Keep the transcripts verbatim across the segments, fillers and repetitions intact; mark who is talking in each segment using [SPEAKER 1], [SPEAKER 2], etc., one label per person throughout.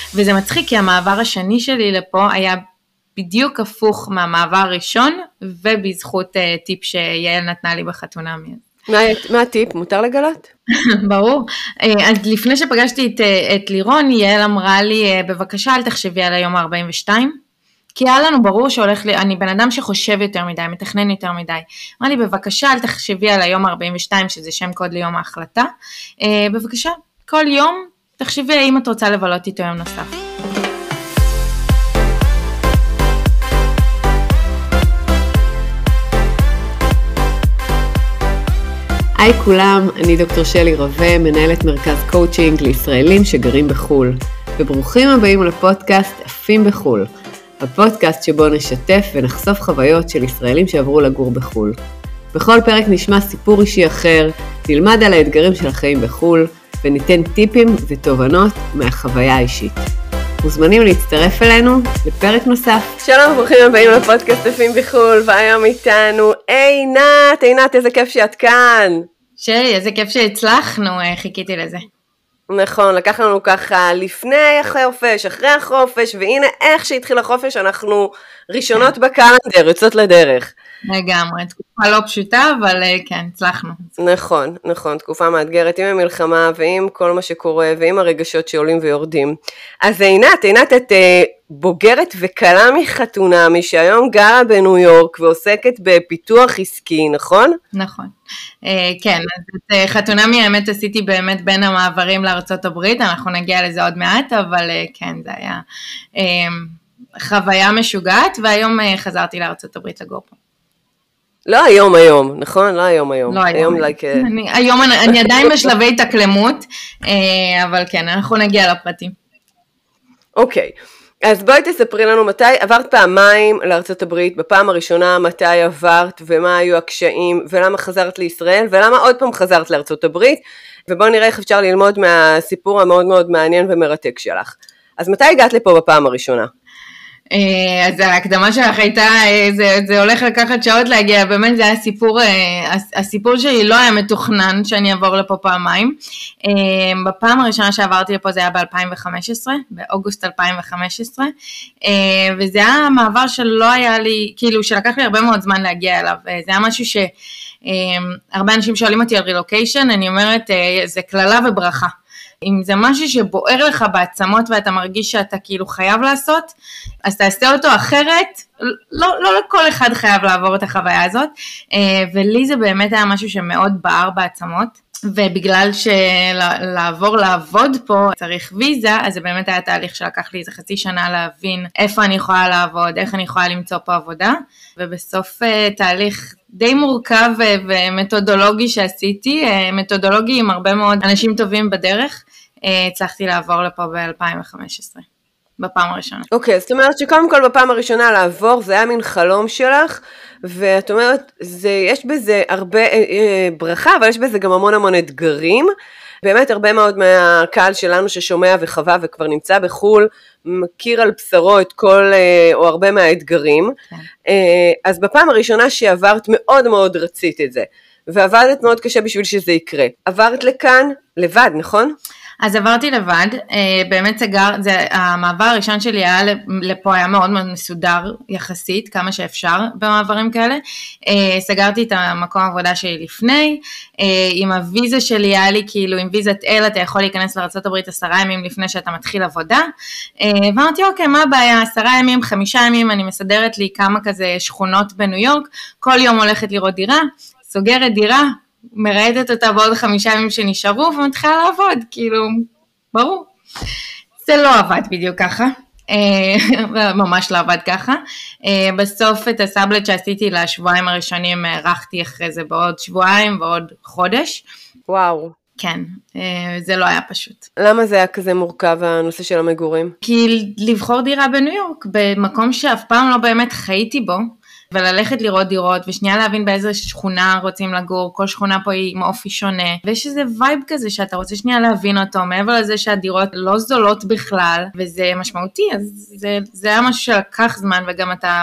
[SPEAKER 1] וזה מצחיק כי המעבר השני שלי לפה היה בדיוק הפוך מהמעבר הראשון, ובזכות uh, טיפ שיעל נתנה לי בחתונה.
[SPEAKER 2] מה, מה הטיפ? מותר לגלות?
[SPEAKER 1] ברור. אז לפני שפגשתי את, את לירון, יעל אמרה לי, בבקשה אל תחשבי על היום ה-ארבעים ושתיים, כי היה לנו ברור שהולך לי, אני בן אדם שחושב יותר מדי, מתכנן יותר מדי. אמרה לי, בבקשה אל תחשבי על היום ה-ארבעים ושתיים, שזה שם קוד ליום ההחלטה. בבקשה, כל יום תחשבי האם את רוצה לבלות איתו יום נוסף.
[SPEAKER 2] היי כולם, אני דוקטור שלי רווה, מנהלת מרכז קואוצ'ינג לישראלים שגרים בחול. וברוכים הבאים לפודקאסט עפים בחול. הפודקאסט שבו נשתף ונחשוף חוויות של ישראלים שעברו לגור בחול. בכל פרק נשמע סיפור אישי אחר, נלמד על האתגרים של החיים בחול, וניתן טיפים ותובנות מהחוויה האישית. מוזמנים להצטרף אלינו לפרק נוסף. שלום, ברוכים הבאים לפודקאסט עפים בחול, והיום איתנו עינת, עינת, איזה כיף שאת כאן.
[SPEAKER 1] שלי, איזה כיף שהצלחנו, חיכיתי לזה.
[SPEAKER 2] נכון, לקח לנו ככה לפני החופש, אחרי החופש, והנה איך שהתחיל החופש, אנחנו ראשונות בקלנדר, יוצאות לדרך.
[SPEAKER 1] לגמרי, תקופה לא פשוטה, אבל כן, הצלחנו.
[SPEAKER 2] נכון, נכון, תקופה מאתגרת עם המלחמה, ועם כל מה שקורה, ועם הרגשות שעולים ויורדים. אז עינת, עינת, את בוגרת וקלה מחתונמי, שהיום גרה בניו יורק, ועוסקת בפיתוח עסקי, נכון?
[SPEAKER 1] נכון. כן, אז את חתונמי האמת עשיתי באמת בין המעברים לארצות הברית, אנחנו נגיע לזה עוד מעט, אבל כן, זה היה חוויה משוגעת, והיום חזרתי לארצות הברית לגור פה.
[SPEAKER 2] לא היום היום, נכון? לא היום היום.
[SPEAKER 1] לא היום. היום אני עדיין בשלבי התאקלמות, אבל כן, אנחנו נגיע לפרטים.
[SPEAKER 2] אוקיי. אז בואי תספרי לנו מתי עברת פעמיים לארצות הברית, בפעם הראשונה מתי עברת ומה היו הקשיים ולמה חזרת לישראל ולמה עוד פעם חזרת לארצות הברית, ובואו נראה איך אפשר ללמוד מהסיפור המאוד מאוד מעניין ומרתק שלך. אז מתי הגעת לפה בפעם הראשונה?
[SPEAKER 1] אז ההקדמה שלך הייתה, זה, זה הולך לקחת שעות להגיע, באמת זה היה סיפור, הסיפור שלי לא היה מתוכנן שאני אעבור לפה פעמיים. בפעם הראשונה שעברתי לפה זה היה ב-אלפיים וחמש עשרה, באוגוסט אלפיים וחמש עשרה, וזה היה מעבר שלא היה לי, כאילו שלקח לי הרבה מאוד זמן להגיע אליו, זה היה משהו ש... הרבה אנשים שואלים אותי על רילוקיישן, אני אומרת, זה כללה וברכה. אם זה משהו שבוער לך בעצמות ואתה מרגיש שאתה כאילו חייב לעשות, אז תעשה אותו אחרת, לא, לא לכל אחד חייב לעבור את החוויה הזאת, ולי זה באמת היה משהו שמאוד בער בעצמות, ובגלל שלעבור לעבוד פה צריך ויזה, אז זה באמת היה תהליך שלקח לי איזה חצי שנה להבין איפה אני יכולה לעבוד, איך אני יכולה למצוא פה עבודה, ובסוף תהליך די מורכב ומתודולוגי שעשיתי, מתודולוגי עם הרבה מאוד אנשים טובים בדרך, הצלחתי לעבור לפה ב-אלפיים וחמש עשרה, בפעם הראשונה.
[SPEAKER 2] אוקיי, okay, זאת אומרת שקודם כל בפעם הראשונה לעבור, זה היה מין חלום שלך, ואת אומרת, זה, יש בזה הרבה אה, ברכה, אבל יש בזה גם המון המון אתגרים, באמת הרבה מאוד מהקהל שלנו ששומע וחווה וכבר נמצא בחול, מכיר על בשרו את כל, או הרבה מהאתגרים, כן. אז בפעם הראשונה שעברת מאוד מאוד רצית את זה, ועבדת מאוד קשה בשביל שזה יקרה. עברת לכאן לבד, נכון?
[SPEAKER 1] אז עברתי לבד, באמת סגר, זה, המעבר הראשון שלי היה לפה היה מאוד מאוד מסודר יחסית, כמה שאפשר במעברים כאלה, סגרתי את המקום העבודה שלי לפני, עם הוויזה שלי היה לי כאילו, עם ויזת אל אתה יכול להיכנס לארצות הברית עשרה ימים לפני שאתה מתחיל עבודה, ואמרתי אוקיי מה הבעיה, עשרה ימים, חמישה ימים, אני מסדרת לי כמה כזה שכונות בניו יורק, כל יום הולכת לראות דירה, סוגרת דירה, מרעדת אותה בעוד חמישה ימים שנשארו, ומתחילה לעבוד, כאילו, ברור. זה לא עבד בדיוק ככה, ממש לא עבד ככה. בסוף את הסאבלט שעשיתי לשבועיים הראשונים, ערכתי אחרי זה בעוד שבועיים ועוד חודש.
[SPEAKER 2] וואו.
[SPEAKER 1] כן, זה לא היה פשוט.
[SPEAKER 2] למה זה היה כזה מורכב, הנושא של המגורים?
[SPEAKER 1] כי לבחור דירה בניו יורק, במקום שאף פעם לא באמת חייתי בו, וללכת לראות דירות, ושנייה להבין באיזה שכונה רוצים לגור, כל שכונה פה היא עם אופי שונה, ויש איזה וייב כזה שאתה רוצה שנייה להבין אותו, מעבר לזה שהדירות לא זולות בכלל, וזה משמעותי, אז זה, זה היה משהו שלקח זמן, וגם אתה,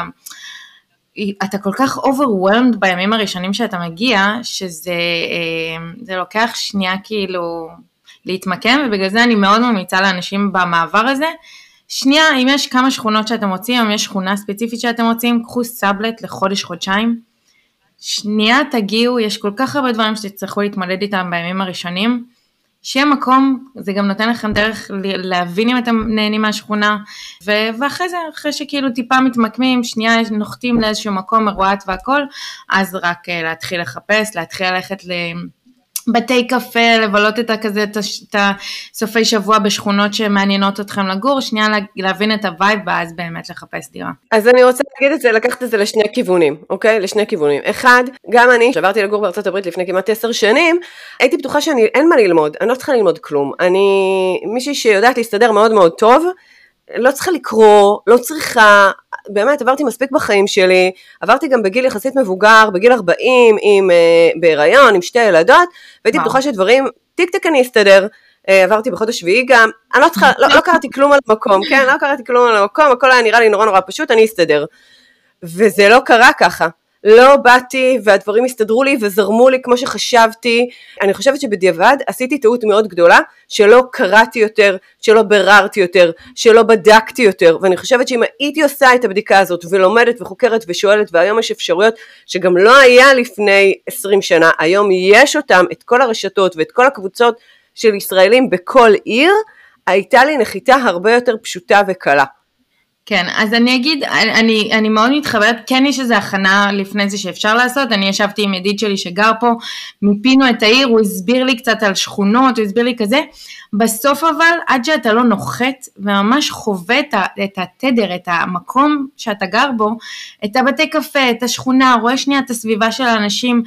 [SPEAKER 1] אתה כל כך overwhelmed בימים הראשונים שאתה מגיע, שזה זה לוקח שנייה כאילו, להתמקם, ובגלל זה אני מאוד ממליצה לאנשים במעבר הזה. שנייה, אם יש כמה שכונות שאתם רוצים, אם יש שכונה ספציפית שאתם רוצים, קחו סאבלט לחודש, חודשיים. שנייה תגיעו, יש כל כך הרבה דברים שתצטרכו להתמודד איתם בימים הראשונים, שיהיה מקום, זה גם נותן לכם דרך להבין אם אתם נהנים מהשכונה, ואחרי זה, אחרי שכאילו טיפה מתמקמים, שנייה נוחתים לאיזשהו מקום מרועט והכל, אז רק להתחיל לחפש, להתחיל ללכת לבתי קפה, לבלות את הכזה, את הסופי שבוע בשכונות שמעניינות אתכם לגור, שנייה להבין את הווייב, ואז באמת לחפש דירה.
[SPEAKER 2] אז אני רוצה להגיד את זה, לקחת את זה לשני כיוונים, אוקיי? לשני כיוונים. אחד, גם אני, שעברתי לגור בארצות הברית לפני כמעט עשר שנים, הייתי בטוחה שאני, אין מה ללמוד, אני לא צריכה ללמוד כלום. אני, מישהי שיודעת להסתדר מאוד מאוד טוב, לא צריכה לקרוא, לא צריכה, באמת עברתי מספיק בחיים שלי, עברתי גם בגיל יחסית מבוגר, בגיל ארבעים, עם, uh, בהיריון, עם שתי ילדות, והייתי בטוחה שדברים, טיק טיק אני אסתדר, uh, עברתי בחודש שביעי גם, אני לא צריכה, לא, לא קראתי כלום על המקום, כן, לא קראתי כלום על המקום, הכל היה נראה לי נורא נורא פשוט, אני אסתדר, וזה לא קרה ככה, לא באתי והדברים הסתדרו לי וזרמו לי כמו שחשבתי. אני חושבת שבדיעבד עשיתי טעות מאוד גדולה, שלא קראתי יותר, שלא בררתי יותר, שלא בדקתי יותר, ואני חושבת שאם הייתי עושה את הבדיקה הזאת ולומדת וחוקרת ושואלת, והיום יש אפשרויות שגם לא היה לפני עשרים שנה, היום יש אותם, את כל הרשתות ואת כל הקבוצות של ישראלים בכל עיר, הייתה לי נחיתה הרבה יותר פשוטה וקלה.
[SPEAKER 1] כן, אז אני אגיד, אני, אני מאוד מתחברת, כן יש איזו הכנה לפני זה שאפשר לעשות, אני ישבתי עם ידיד שלי שגר פה, מיפינו את העיר, הוא הסביר לי קצת על שכונות, הוא הסביר לי כזה, בסוף אבל, עד שאתה לא נוחת, וממש חווה את התדר, את המקום שאתה גר בו, את הבתי קפה, את השכונה, רואה שנייה את הסביבה של האנשים,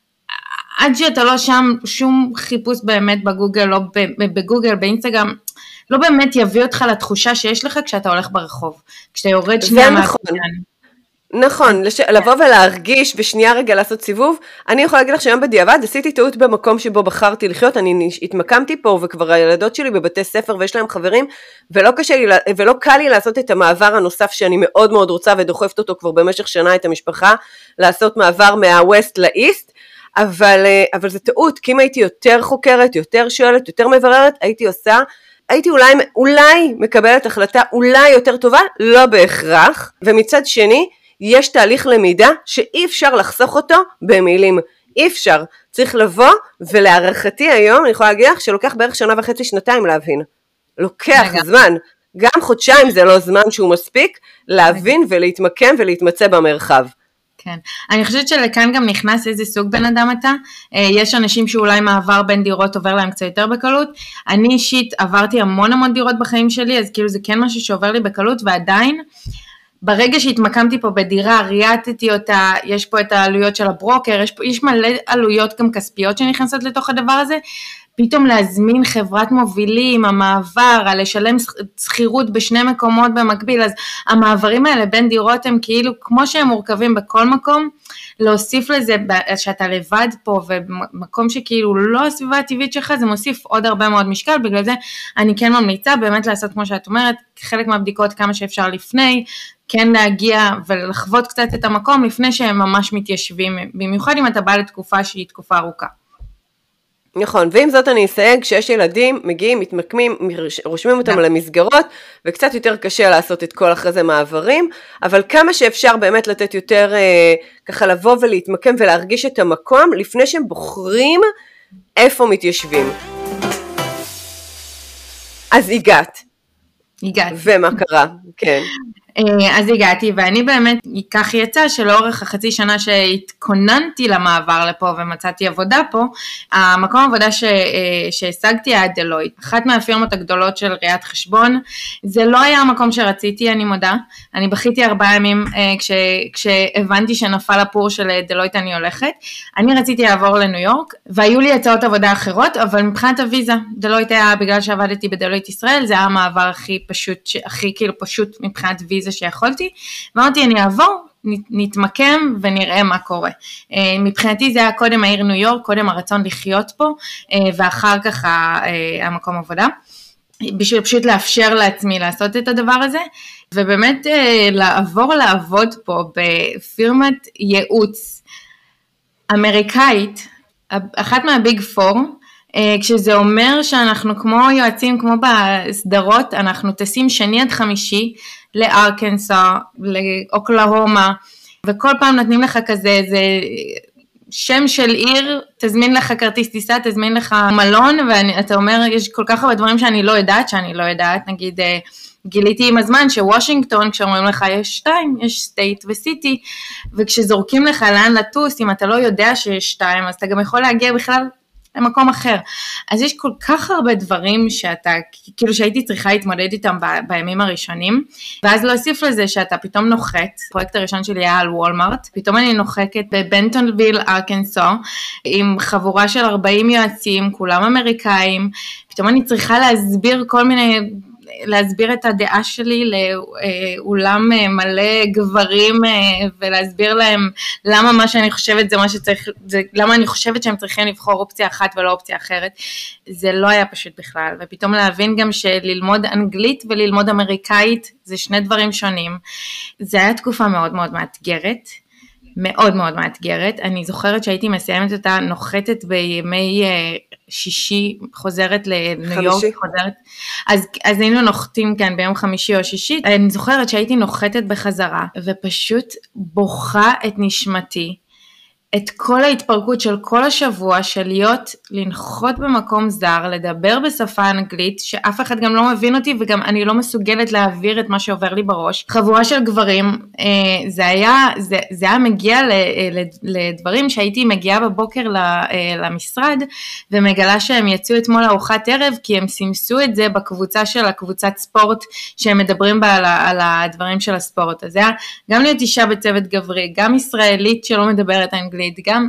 [SPEAKER 1] עד שאתה לא שם שום חיפוש באמת בגוגל, לא בגוגל, באינסטגרם, לא באמת יביא אותך לתחושה שיש לך כשאתה הולך ברחוב, כשאתה יורד שנייה מהבניין.
[SPEAKER 2] נכון, לש... לבוא ולהרגיש ושנייה רגע לעשות סיבוב, אני יכולה להגיד לך שהיום בדיעבד עשיתי טעות במקום שבו בחרתי לחיות, אני התמקמתי פה וכבר הילדות שלי בבתי ספר ויש להם חברים, ולא, קשה לי, ולא קל לי לעשות את המעבר הנוסף שאני מאוד מאוד רוצה ודוחפת אותו כבר במשך שנה את המשפחה, לעשות מעבר מה-West ל-East, אבל, אבל זה טעות, כי אם הייתי יותר חוקרת, יותר שואלת, יותר מבררת, הייתי עושה, הייתי אולי, אולי מקבלת החלטה אולי יותר טובה, לא בהכרח, ומצד שני, יש תהליך למידה שאי אפשר לחסוך אותו במילים, אי אפשר, צריך לבוא, ולהערכתי היום, אני יכולה להגיד לך שלוקח בערך שנה וחצי שנתיים להבין, לוקח רגע. זמן, גם חודשיים זה לא זמן שהוא מספיק, להבין רגע. ולהתמקם ולהתמצא במרחב.
[SPEAKER 1] כן, אני חושבת שלכאן גם נכנס איזה סוג בן אדם אתה, יש אנשים שאולי מעבר בין דירות עובר להם קצת יותר בקלות, אני אישית עברתי המון המון דירות בחיים שלי, אז כאילו זה כן משהו שעובר לי בקלות, ועדיין, ברגע שהתמקמתי פה בדירה, ריאטתי אותה, יש פה את העלויות של הברוקר, יש, פה, יש מלא עלויות גם כספיות שנכנסות לתוך הדבר הזה, פתאום להזמין חברת מובילים, המעבר, לשלם שכירות בשני מקומות במקביל, אז המעברים האלה בין דירות הם כאילו, כמו שהם מורכבים בכל מקום, להוסיף לזה שאתה לבד פה, ומקום שכאילו לא הסביבה הטבעית שלך, זה מוסיף עוד הרבה מאוד משקל, בגלל זה אני כן ממליצה באמת לעשות כמו שאת אומרת, חלק מהבדיקות כמה שאפשר לפני, כן להגיע ולחוות קצת את המקום, לפני שהם ממש מתיישבים, במיוחד אם אתה בא לתקופה שהיא תקופה ארוכה.
[SPEAKER 2] נכון, ועם זאת אני אסייג שיש ילדים, מגיעים, מתמקמים, רושמים אותם על המסגרות, וקצת יותר קשה לעשות את כל אחרי זה מעברים, אבל כמה שאפשר באמת לתת יותר אה, ככה לבוא ולהתמקם ולהרגיש את המקום, לפני שהם בוחרים איפה מתיישבים. אז הגעת.
[SPEAKER 1] הגעת.
[SPEAKER 2] ומה קרה? כן.
[SPEAKER 1] אז הגעתי, ואני באמת, כך יצא שלאורך החצי שנה שהתכוננתי למעבר לפה ומצאתי עבודה פה, המקום העבודה ש, שהשגתי היה דלויט, אחת מהפירמות הגדולות של ראיית חשבון, זה לא היה המקום שרציתי, אני מודה, אני בכיתי ארבעה ימים כש, כשהבנתי שנפל הפור של דלויט אני הולכת, אני רציתי לעבור לניו יורק, והיו לי הצעות עבודה אחרות, אבל מבחינת הוויזה, דלויט היה, בגלל שעבדתי בדלויט ישראל, זה היה המעבר הכי פשוט, הכי כאילו פשוט מבחינת ויזה שיכולתי, ואמרתי אני אעבור, נתמקם ונראה מה קורה. מבחינתי זה היה קודם העיר ניו יורק, קודם הרצון לחיות פה, ואחר כך המקום עבודה, בשביל פשוט לאפשר לעצמי לעשות את הדבר הזה, ובאמת לעבור לעבוד פה בפירמת ייעוץ אמריקאית, אחת מהביג פור, כשזה אומר שאנחנו כמו יועצים, כמו בסדרות, אנחנו טסים שני עד חמישי לארקנסה, לאוקלהומה, וכל פעם נותנים לך כזה, איזה שם של עיר, תזמין לך כרטיס טיסה, תזמין לך מלון, ואתה אומר, יש כל כך הרבה דברים שאני לא יודעת, שאני לא יודעת, נגיד, גיליתי עם הזמן שוושינגטון, כשאומרים לך יש שתיים, יש סטייט וסיטי, וכשזורקים לך לאן לטוס, אם אתה לא יודע שיש שתיים, אז אתה גם יכול להגיע בכלל למקום אחר. אז יש כל כך הרבה דברים שאתה, כאילו שהייתי צריכה להתמודד איתם ב, בימים הראשונים, ואז להוסיף לזה שאתה פתאום נוחת, הפרויקט הראשון שלי היה על וולמארט, פתאום אני נוחקת בבנטונוויל, ארקנסו, עם חבורה של ארבעים יועצים, כולם אמריקאים, פתאום אני צריכה להסביר כל מיני, להסביר את הדעה שלי לאולם מלא גברים, ולהסביר להם למה מה שאני חושבת זה מה שצריך, זה, למה אני חושבת שהם צריכים לבחור אופציה אחת ולא אופציה אחרת. זה לא היה פשוט בכלל, ופתאום להבין גם שללמוד אנגלית וללמוד אמריקאית זה שני דברים שונים. זה היה תקופה מאוד מאוד מאתגרת, מאוד מאוד מאתגרת. אני זוכרת שהייתי מסיימת אותה, נוחתת בימי שישי, חוזרת לניו יורק, חוזרת, אז, אז היינו נוחתים כאן ביום חמישי או שישי, אני זוכרת שהייתי נוחתת בחזרה, ופשוט בוכה את נשמתי, את כל ההתפרקות של כל השבוע, של להיות, לנחות במקום זר, לדבר בשפה אנגלית, שאף אחד גם לא מבין אותי, וגם אני לא מסוגלת להעביר את מה שעובר לי בראש. חבורה של גברים, זה היה, זה, זה היה מגיע לדברים שהייתי מגיעה בבוקר למשרד, ומגלה שהם יצאו אתמול לארוחת ערב, כי הם סימסו את זה בקבוצה של הקבוצת ספורט, שהם מדברים בה על, על הדברים של הספורט. אז זה היה גם להיות אישה בצוות גברי, גם ישראלית שלא מדברת אנגלית, גם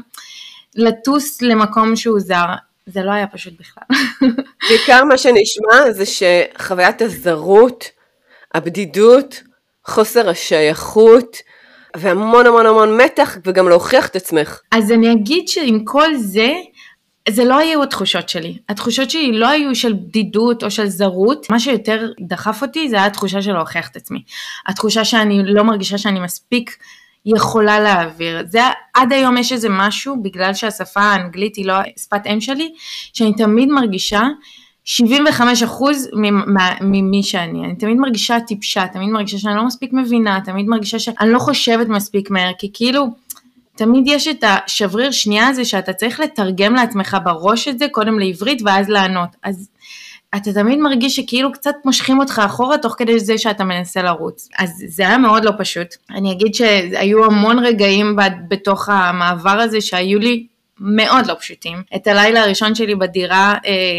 [SPEAKER 1] לטוס למקום שהוא זר, זה לא היה פשוט בכלל.
[SPEAKER 2] בעיקר מה שנשמע זה שחוויית הזרות, הבדידות, חוסר השייכות, והמון המון המון מתח, וגם להוכיח את עצמך.
[SPEAKER 1] אז אני אגיד שעם כל זה, זה לא היו התחושות שלי. התחושות שלי לא היו של בדידות או של זרות. מה שיותר דחף אותי זה היה התחושה של להוכיח את עצמי. התחושה שאני לא מרגישה שאני מספיק יכולה להעביר. זה, עד היום יש איזה משהו, בגלל שהשפה האנגלית היא לא שפת אם שלי, שאני תמיד מרגישה שבעים וחמישה אחוז ממי שאני. אני תמיד מרגישה טיפשה, תמיד מרגישה שאני לא מספיק מבינה, תמיד מרגישה שאני לא חושבת מספיק מהר, כי כאילו, תמיד יש את השבריר שנייה הזה, שאתה צריך לתרגם לעצמך בראש את זה, קודם לעברית ואז לענות. אז אתה תמיד מרגיש שכאילו קצת מושכים אותך אחורה, תוך כדי זה שאתה מנסה לרוץ. אז זה היה מאוד לא פשוט. אני אגיד שהיו המון רגעים בתוך המעבר הזה, שהיו לי מאוד לא פשוטים. את הלילה הראשון שלי בדירה,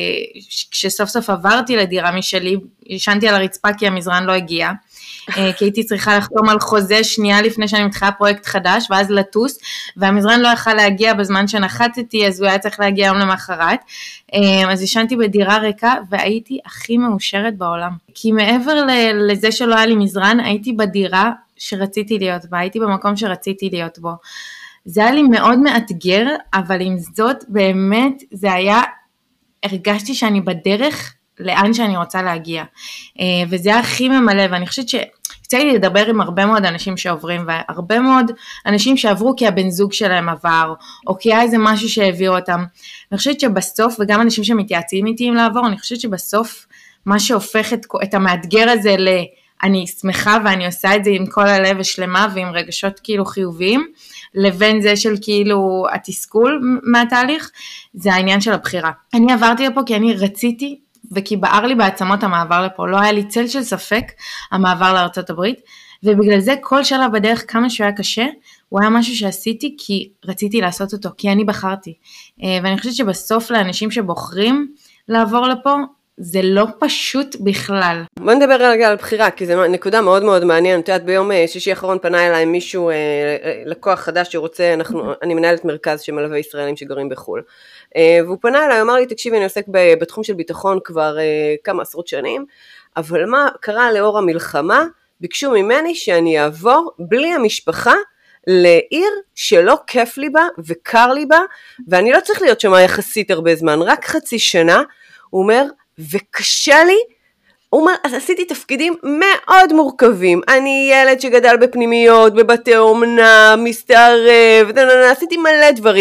[SPEAKER 1] כשסוף סוף עברתי לדירה משלי, ישנתי על הרצפה כי המזרן לא הגיע, כי הייתי צריכה לחתום על חוזה שנייה לפני שאני מתחילה פרויקט חדש, ואז לטוס, והמזרן לא יכל להגיע בזמן שנחתתי, אז הוא היה צריך להגיע יום למחרת, אז ישנתי בדירה ריקה, והייתי הכי מאושרת בעולם, כי מעבר לזה שלא היה לי מזרן, הייתי בדירה שרציתי להיות בה, הייתי במקום שרציתי להיות בו, זה היה לי מאוד מאתגר, אבל עם זאת באמת זה היה, הרגשתי שאני בדרך לאן שאני רוצה להגיע, וזה היה הכי ממלא, ואני חושבת שיצא לי לדבר עם הרבה מאוד אנשים שעוברים, והרבה מאוד אנשים שעברו כי הבן זוג שלהם עבר, או כי היה איזה משהו שהעביר אותם, אני חושבת שבסוף, וגם אנשים שמתייעצים איתי עם לעבור, אני חושבת שבסוף מה שהופך את, את המאתגר הזה ל... אני שמחה ואני עושה את זה עם כל הלב ושלמה, ועם רגשות כאילו חיוביים, לבין זה של כאילו התסכול מהתהליך, זה העניין של הבחירה. אני עברתי לפה כי אני רציתי, וכי בער לי בעצמות המעבר לפה, לא היה לי צל של ספק המעבר לארצות הברית, ובגלל זה כל שלב בדרך כמה שהוא היה קשה, הוא היה משהו שעשיתי כי רציתי לעשות אותו, כי אני בחרתי. ואני חושבת שבסוף לאנשים שבוחרים לעבור לפה, זה לא פשוט בכלל.
[SPEAKER 2] בוא נדבר רגע על בחירה, כי זו נקודה מאוד מאוד מעניינת. את יודעת, ביום שישי האחרון פנה אליי מישהו, לקוח חדש שרוצה, אנחנו, אני מנהלת מרכז שמלווה ישראלים שגרים בחול, והוא פנה אליי, הוא אמר לי, תקשיבי, אני עוסק בתחום של ביטחון כבר כמה עשרות שנים, אבל מה קרה לאור המלחמה? ביקשו ממני שאני אעבור בלי המשפחה, לעיר שלא כיף לי בה וקר לי בה, ואני לא צריך להיות שם יחסית הרבה זמן, רק חצי שנה. הוא אומר, וקשה לי, הוא אומר, אז עשיתי תפקידים מאוד מורכבים, אני ילד שגדל בפנימיות, בבתי אומנה, מסתערב, עשיתי מלא דברים,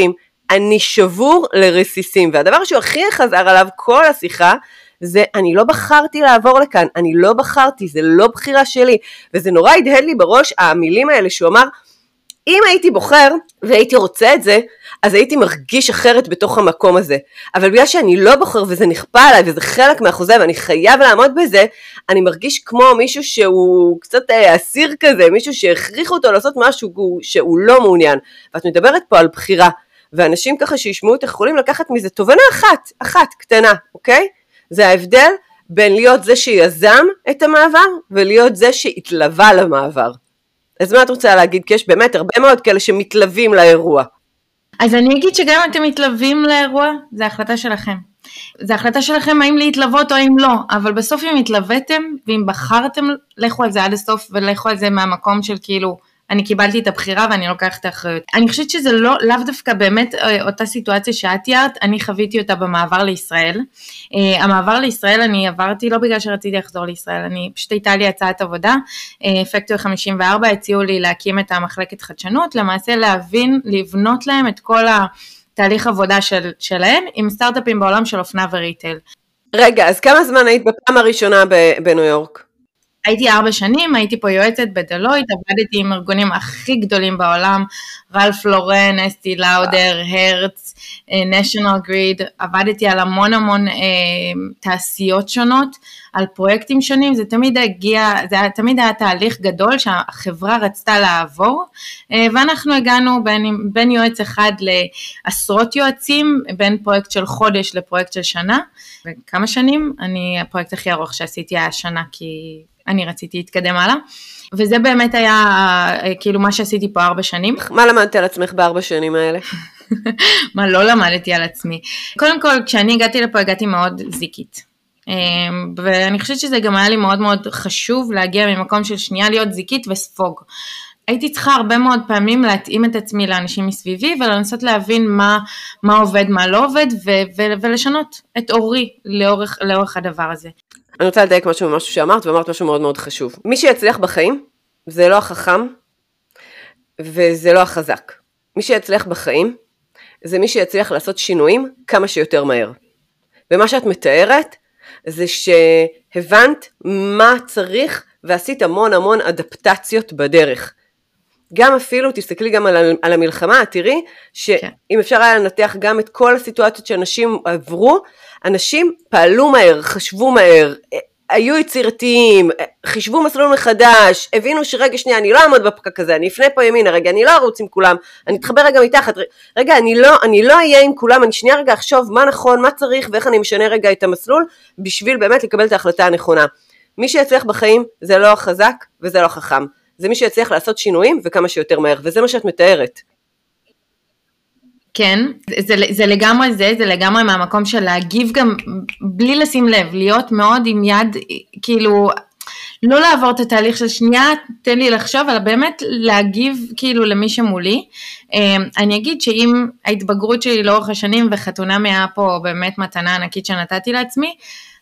[SPEAKER 2] אני שבור לרסיסים, והדבר שהוא הכי חזר עליו כל השיחה, זה אני לא בחרתי לעבור לכאן, אני לא בחרתי, זה לא בחירה שלי, וזה נורא הדהד לי בראש המילים האלה שהוא אמר, אם הייתי בוחר והייתי רוצה את זה, אז הייתי מרגיש אחרת בתוך המקום הזה, אבל בגלל שאני לא בוחר וזה נכפה עליי וזה חלק מהחוזה ואני חייב לעמוד בזה, אני מרגיש כמו מישהו שהוא קצת אסיר כזה, מישהו שהכריח אותו לעשות משהו שהוא לא מעוניין, ואת מדברת פה על בחירה, ואנשים ככה שישמעו את יכולים לקחת מזה תובנה אחת, אחת קטנה, אוקיי? זה ההבדל בין להיות זה שיזם את המעבר ולהיות זה שהתלווה למעבר. אז מה את רוצה להגיד? כי יש באמת הרבה מאוד כאלה שמתלווים לאירוע.
[SPEAKER 1] אז אני אגיד שגם אם אתם מתלווים לאירוע, זה החלטה שלכם. זה החלטה שלכם האם להתלוות או האם לא, אבל בסוף אם התלוויתם ואם בחרתם, לכו על זה עד הסוף ולכו על זה מהמקום של כאילו, אני קיבלתי את הבחירה ואני לוקחת את האחריות. אני חושבת שזה לא, לאו דווקא באמת אותה סיטואציה שאת תיארת, אני חוויתי אותה במעבר לישראל. Uh, המעבר לישראל אני עברתי לא בגלל שרציתי לחזור לישראל, אני פשוט הייתה לי הצעת עבודה, פקטור חמישים וארבע, הציעו לי להקים את המחלקת חדשנות, למעשה להבין, לבנות להם את כל התהליך עבודה של, שלהם, עם סטארט-אפים בעולם של אופנה וריטייל.
[SPEAKER 2] רגע, אז כמה זמן היית בפעם הראשונה בניו יורק?
[SPEAKER 1] הייתי ארבע שנים, הייתי פה יועצת בדלויט, עבדתי עם ארגונים הכי גדולים בעולם, רלף לורן, אסטי לאודר, הרץ, נשיונל גריד, עבדתי על המון המון אה, תעשיות שונות, על פרויקטים שונים, זה תמיד הגיע, זה תמיד היה תהליך גדול שהחברה רצתה לעבור, אה, ואנחנו הגענו בין, בין יועץ אחד לעשרות יועצים, בין פרויקט של חודש לפרויקט של שנה, וכמה שנים, אני, הפרויקט הכי ארוך שעשיתי היה שנה, כי אני רציתי להתקדם הלאה, וזה באמת היה כאילו מה שעשיתי פה ארבע שנים.
[SPEAKER 2] מה למדת על עצמך בארבע שנים האלה?
[SPEAKER 1] מה לא למדתי על עצמי? קודם כל, כשאני הגעתי לפה, הגעתי מאוד זיקית. ואני חושבת שזה גם היה לי מאוד מאוד חשוב להגיע ממקום של שנייה להיות זיקית וספוג. הייתי צריכה הרבה מאוד פעמים להתאים את עצמי לאנשים מסביבי, ולנסות להבין מה, מה עובד, מה לא עובד, ו- ו- ולשנות את אורי לאורך, לאורך הדבר הזה.
[SPEAKER 2] אני רוצה לדייק משהו ממשהו שאמרת, ואמרת משהו מאוד מאוד חשוב. מי שיצליח בחיים, זה לא החכם, וזה לא החזק. מי שיצליח בחיים, זה מי שיצליח לעשות שינויים כמה שיותר מהר. ומה שאת מתארת, זה שהבנת מה צריך, ועשית המון המון אדפטציות בדרך. גם אפילו, תסתכלי גם על, על המלחמה, תראי, שאם אפשר היה לנתח גם את כל הסיטואציות שאנשים עברו, אנשים פעלו מהר, חשבו מהר, היו יצירתיים, חישבו מסלול מחדש, הבינו שרגע שנייה, אני לא אעמוד בפקק הזה, אני אפנה פה ימינה, רגע, אני לא ארוץ עם כולם, אני אתחבר רגע מתחת, רגע, אני לא, אני לא אהיה עם כולם, אני שנייה רגע אחשוב מה נכון, מה צריך, ואיך אני משנה רגע את המסלול, בשביל באמת לקבל את ההחלטה הנכונה. מי שיצליח בחיים, זה לא החזק, וזה לא החכם. זה מי שיצליח לעשות שינויים, וכמה שיותר מהר, וזה מה שאת מתארת.
[SPEAKER 1] כן, זה, זה לגמרי זה, זה לגמרי מהמקום של להגיב גם, בלי לשים לב, להיות מאוד עם יד, כאילו, לא לעבור את התהליך של שנייה, תן לי לחשוב, אלא באמת להגיב כאילו למי שמולי. אני אגיד שאם ההתבגרות שלי לאורך השנים, וחתונה מאה פה באמת מתנה ענקית שנתתי לעצמי,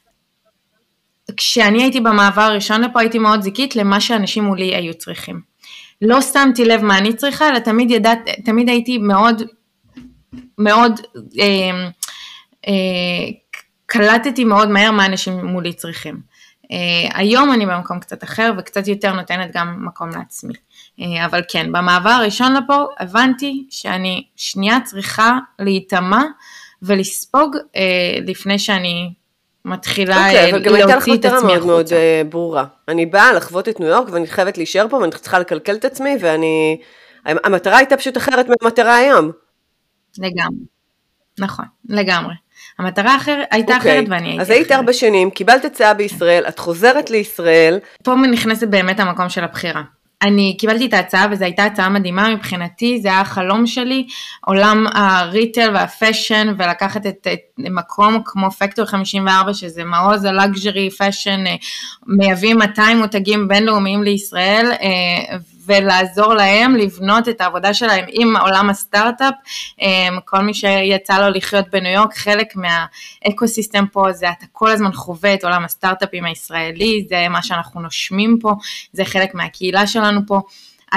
[SPEAKER 1] כשאני הייתי במעבר הראשון לפה, הייתי מאוד זיקית למה שאנשים מולי היו צריכים. לא שמתי לב מה אני צריכה, אלא תמיד ידעת, תמיד הייתי מאוד, מאוד, אה, אה, קלטתי מאוד מהר מה אנשים מולי צריכים. אה, היום אני במקום קצת אחר, וקצת יותר נותנת גם מקום לעצמי. אה, אבל כן, במעבר הראשון לפה, הבנתי שאני שנייה צריכה להתאמה, ולספוג אה, לפני שאני מתחילה
[SPEAKER 2] אוקיי, אבל גם הייתה לך מטרה מאוד מאוד ברורה. אני באה לחוות את ניו יורק, ואני חייבת להישאר פה, ואני צריכה לקלקל את עצמי, ואני... המטרה הייתה פשוט אחרת מהמטרה היום.
[SPEAKER 1] לגמרי. נכון, לגמרי. המטרה אחרת, הייתה אחרת, ואני הייתי אחרת.
[SPEAKER 2] אז היית ארבע שנים, קיבלת הצעה בישראל, את חוזרת לישראל.
[SPEAKER 1] פה נכנסת באמת המקום של הבחירה. אני קיבלתי את ההצעה, וזו הייתה הצעה מדהימה מבחינתי, זה היה החלום שלי, עולם הריטל והפשן, ולקחת את, את מקום כמו פקטור חמישים וארבע, שזה מעוז הלאגז'רי פשן, מייבאים מאתיים מותגים בינלאומיים לישראל, ולעזור להם לבנות את העבודה שלהם עם עולם הסטארט-אפ, כל מי שיצא לו לחיות בניו יורק, חלק מהאקוסיסטם פה, זה אתה כל הזמן חווה את עולם הסטארט-אפים הישראלי, זה מה שאנחנו נושמים פה, זה חלק מהקהילה שלנו פה, אז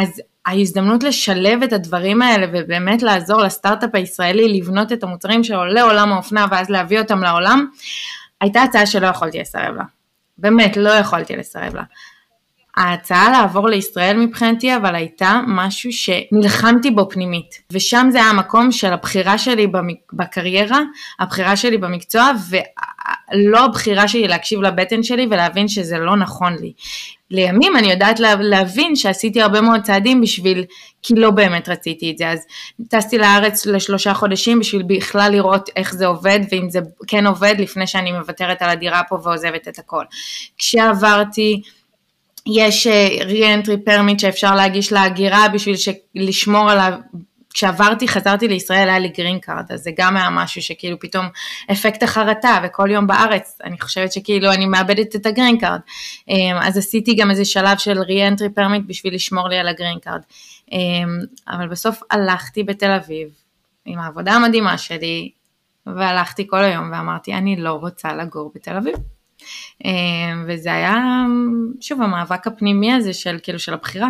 [SPEAKER 1] ההזדמנות לשלב את הדברים האלה, ובאמת לעזור לסטארט-אפ הישראלי, לבנות את המוצרים שלו לעולם האופנה, ואז להביא אותם לעולם, הייתה הצעה שלא יכולתי לסרב לה. באמת, לא יכולתי לסרב לה. ההצעה לעבור לישראל מבחינתי, אבל הייתה משהו שנלחמתי בו פנימית, ושם זה היה המקום של הבחירה שלי בקריירה, הבחירה שלי במקצוע, ולא הבחירה שלי להקשיב לבטן שלי, ולהבין שזה לא נכון לי. לימים אני יודעת להבין שעשיתי הרבה מאוד צעדים בשביל, כי לא באמת רציתי את זה, אז טסתי לארץ לשלושה חודשים, בשביל בכלל לראות איך זה עובד, ואם זה כן עובד, לפני שאני מוותרת על הדירה פה, ועוזבת את הכל. כשעברתי, יש re-entry permit שאפשר להגיש להגירה בשביל לשמור עליו, כשעברתי, חזרתי לישראל, היה לי גרין קארד, אז זה גם היה משהו שכאילו פתאום אפקט החרטה, וכל יום בארץ, אני חושבת שכאילו אני מאבדת את הגרין קארד, אז עשיתי גם איזה שלב של re-entry permit בשביל לשמור לי על הגרין קארד, אבל בסוף הלכתי בתל אביב, עם העבודה המדהימה שלי, והלכתי כל היום ואמרתי, אני לא רוצה לגור בתל אביב. וזה היה שוב המאבק הפנימי הזה של כאילו של הבחירה.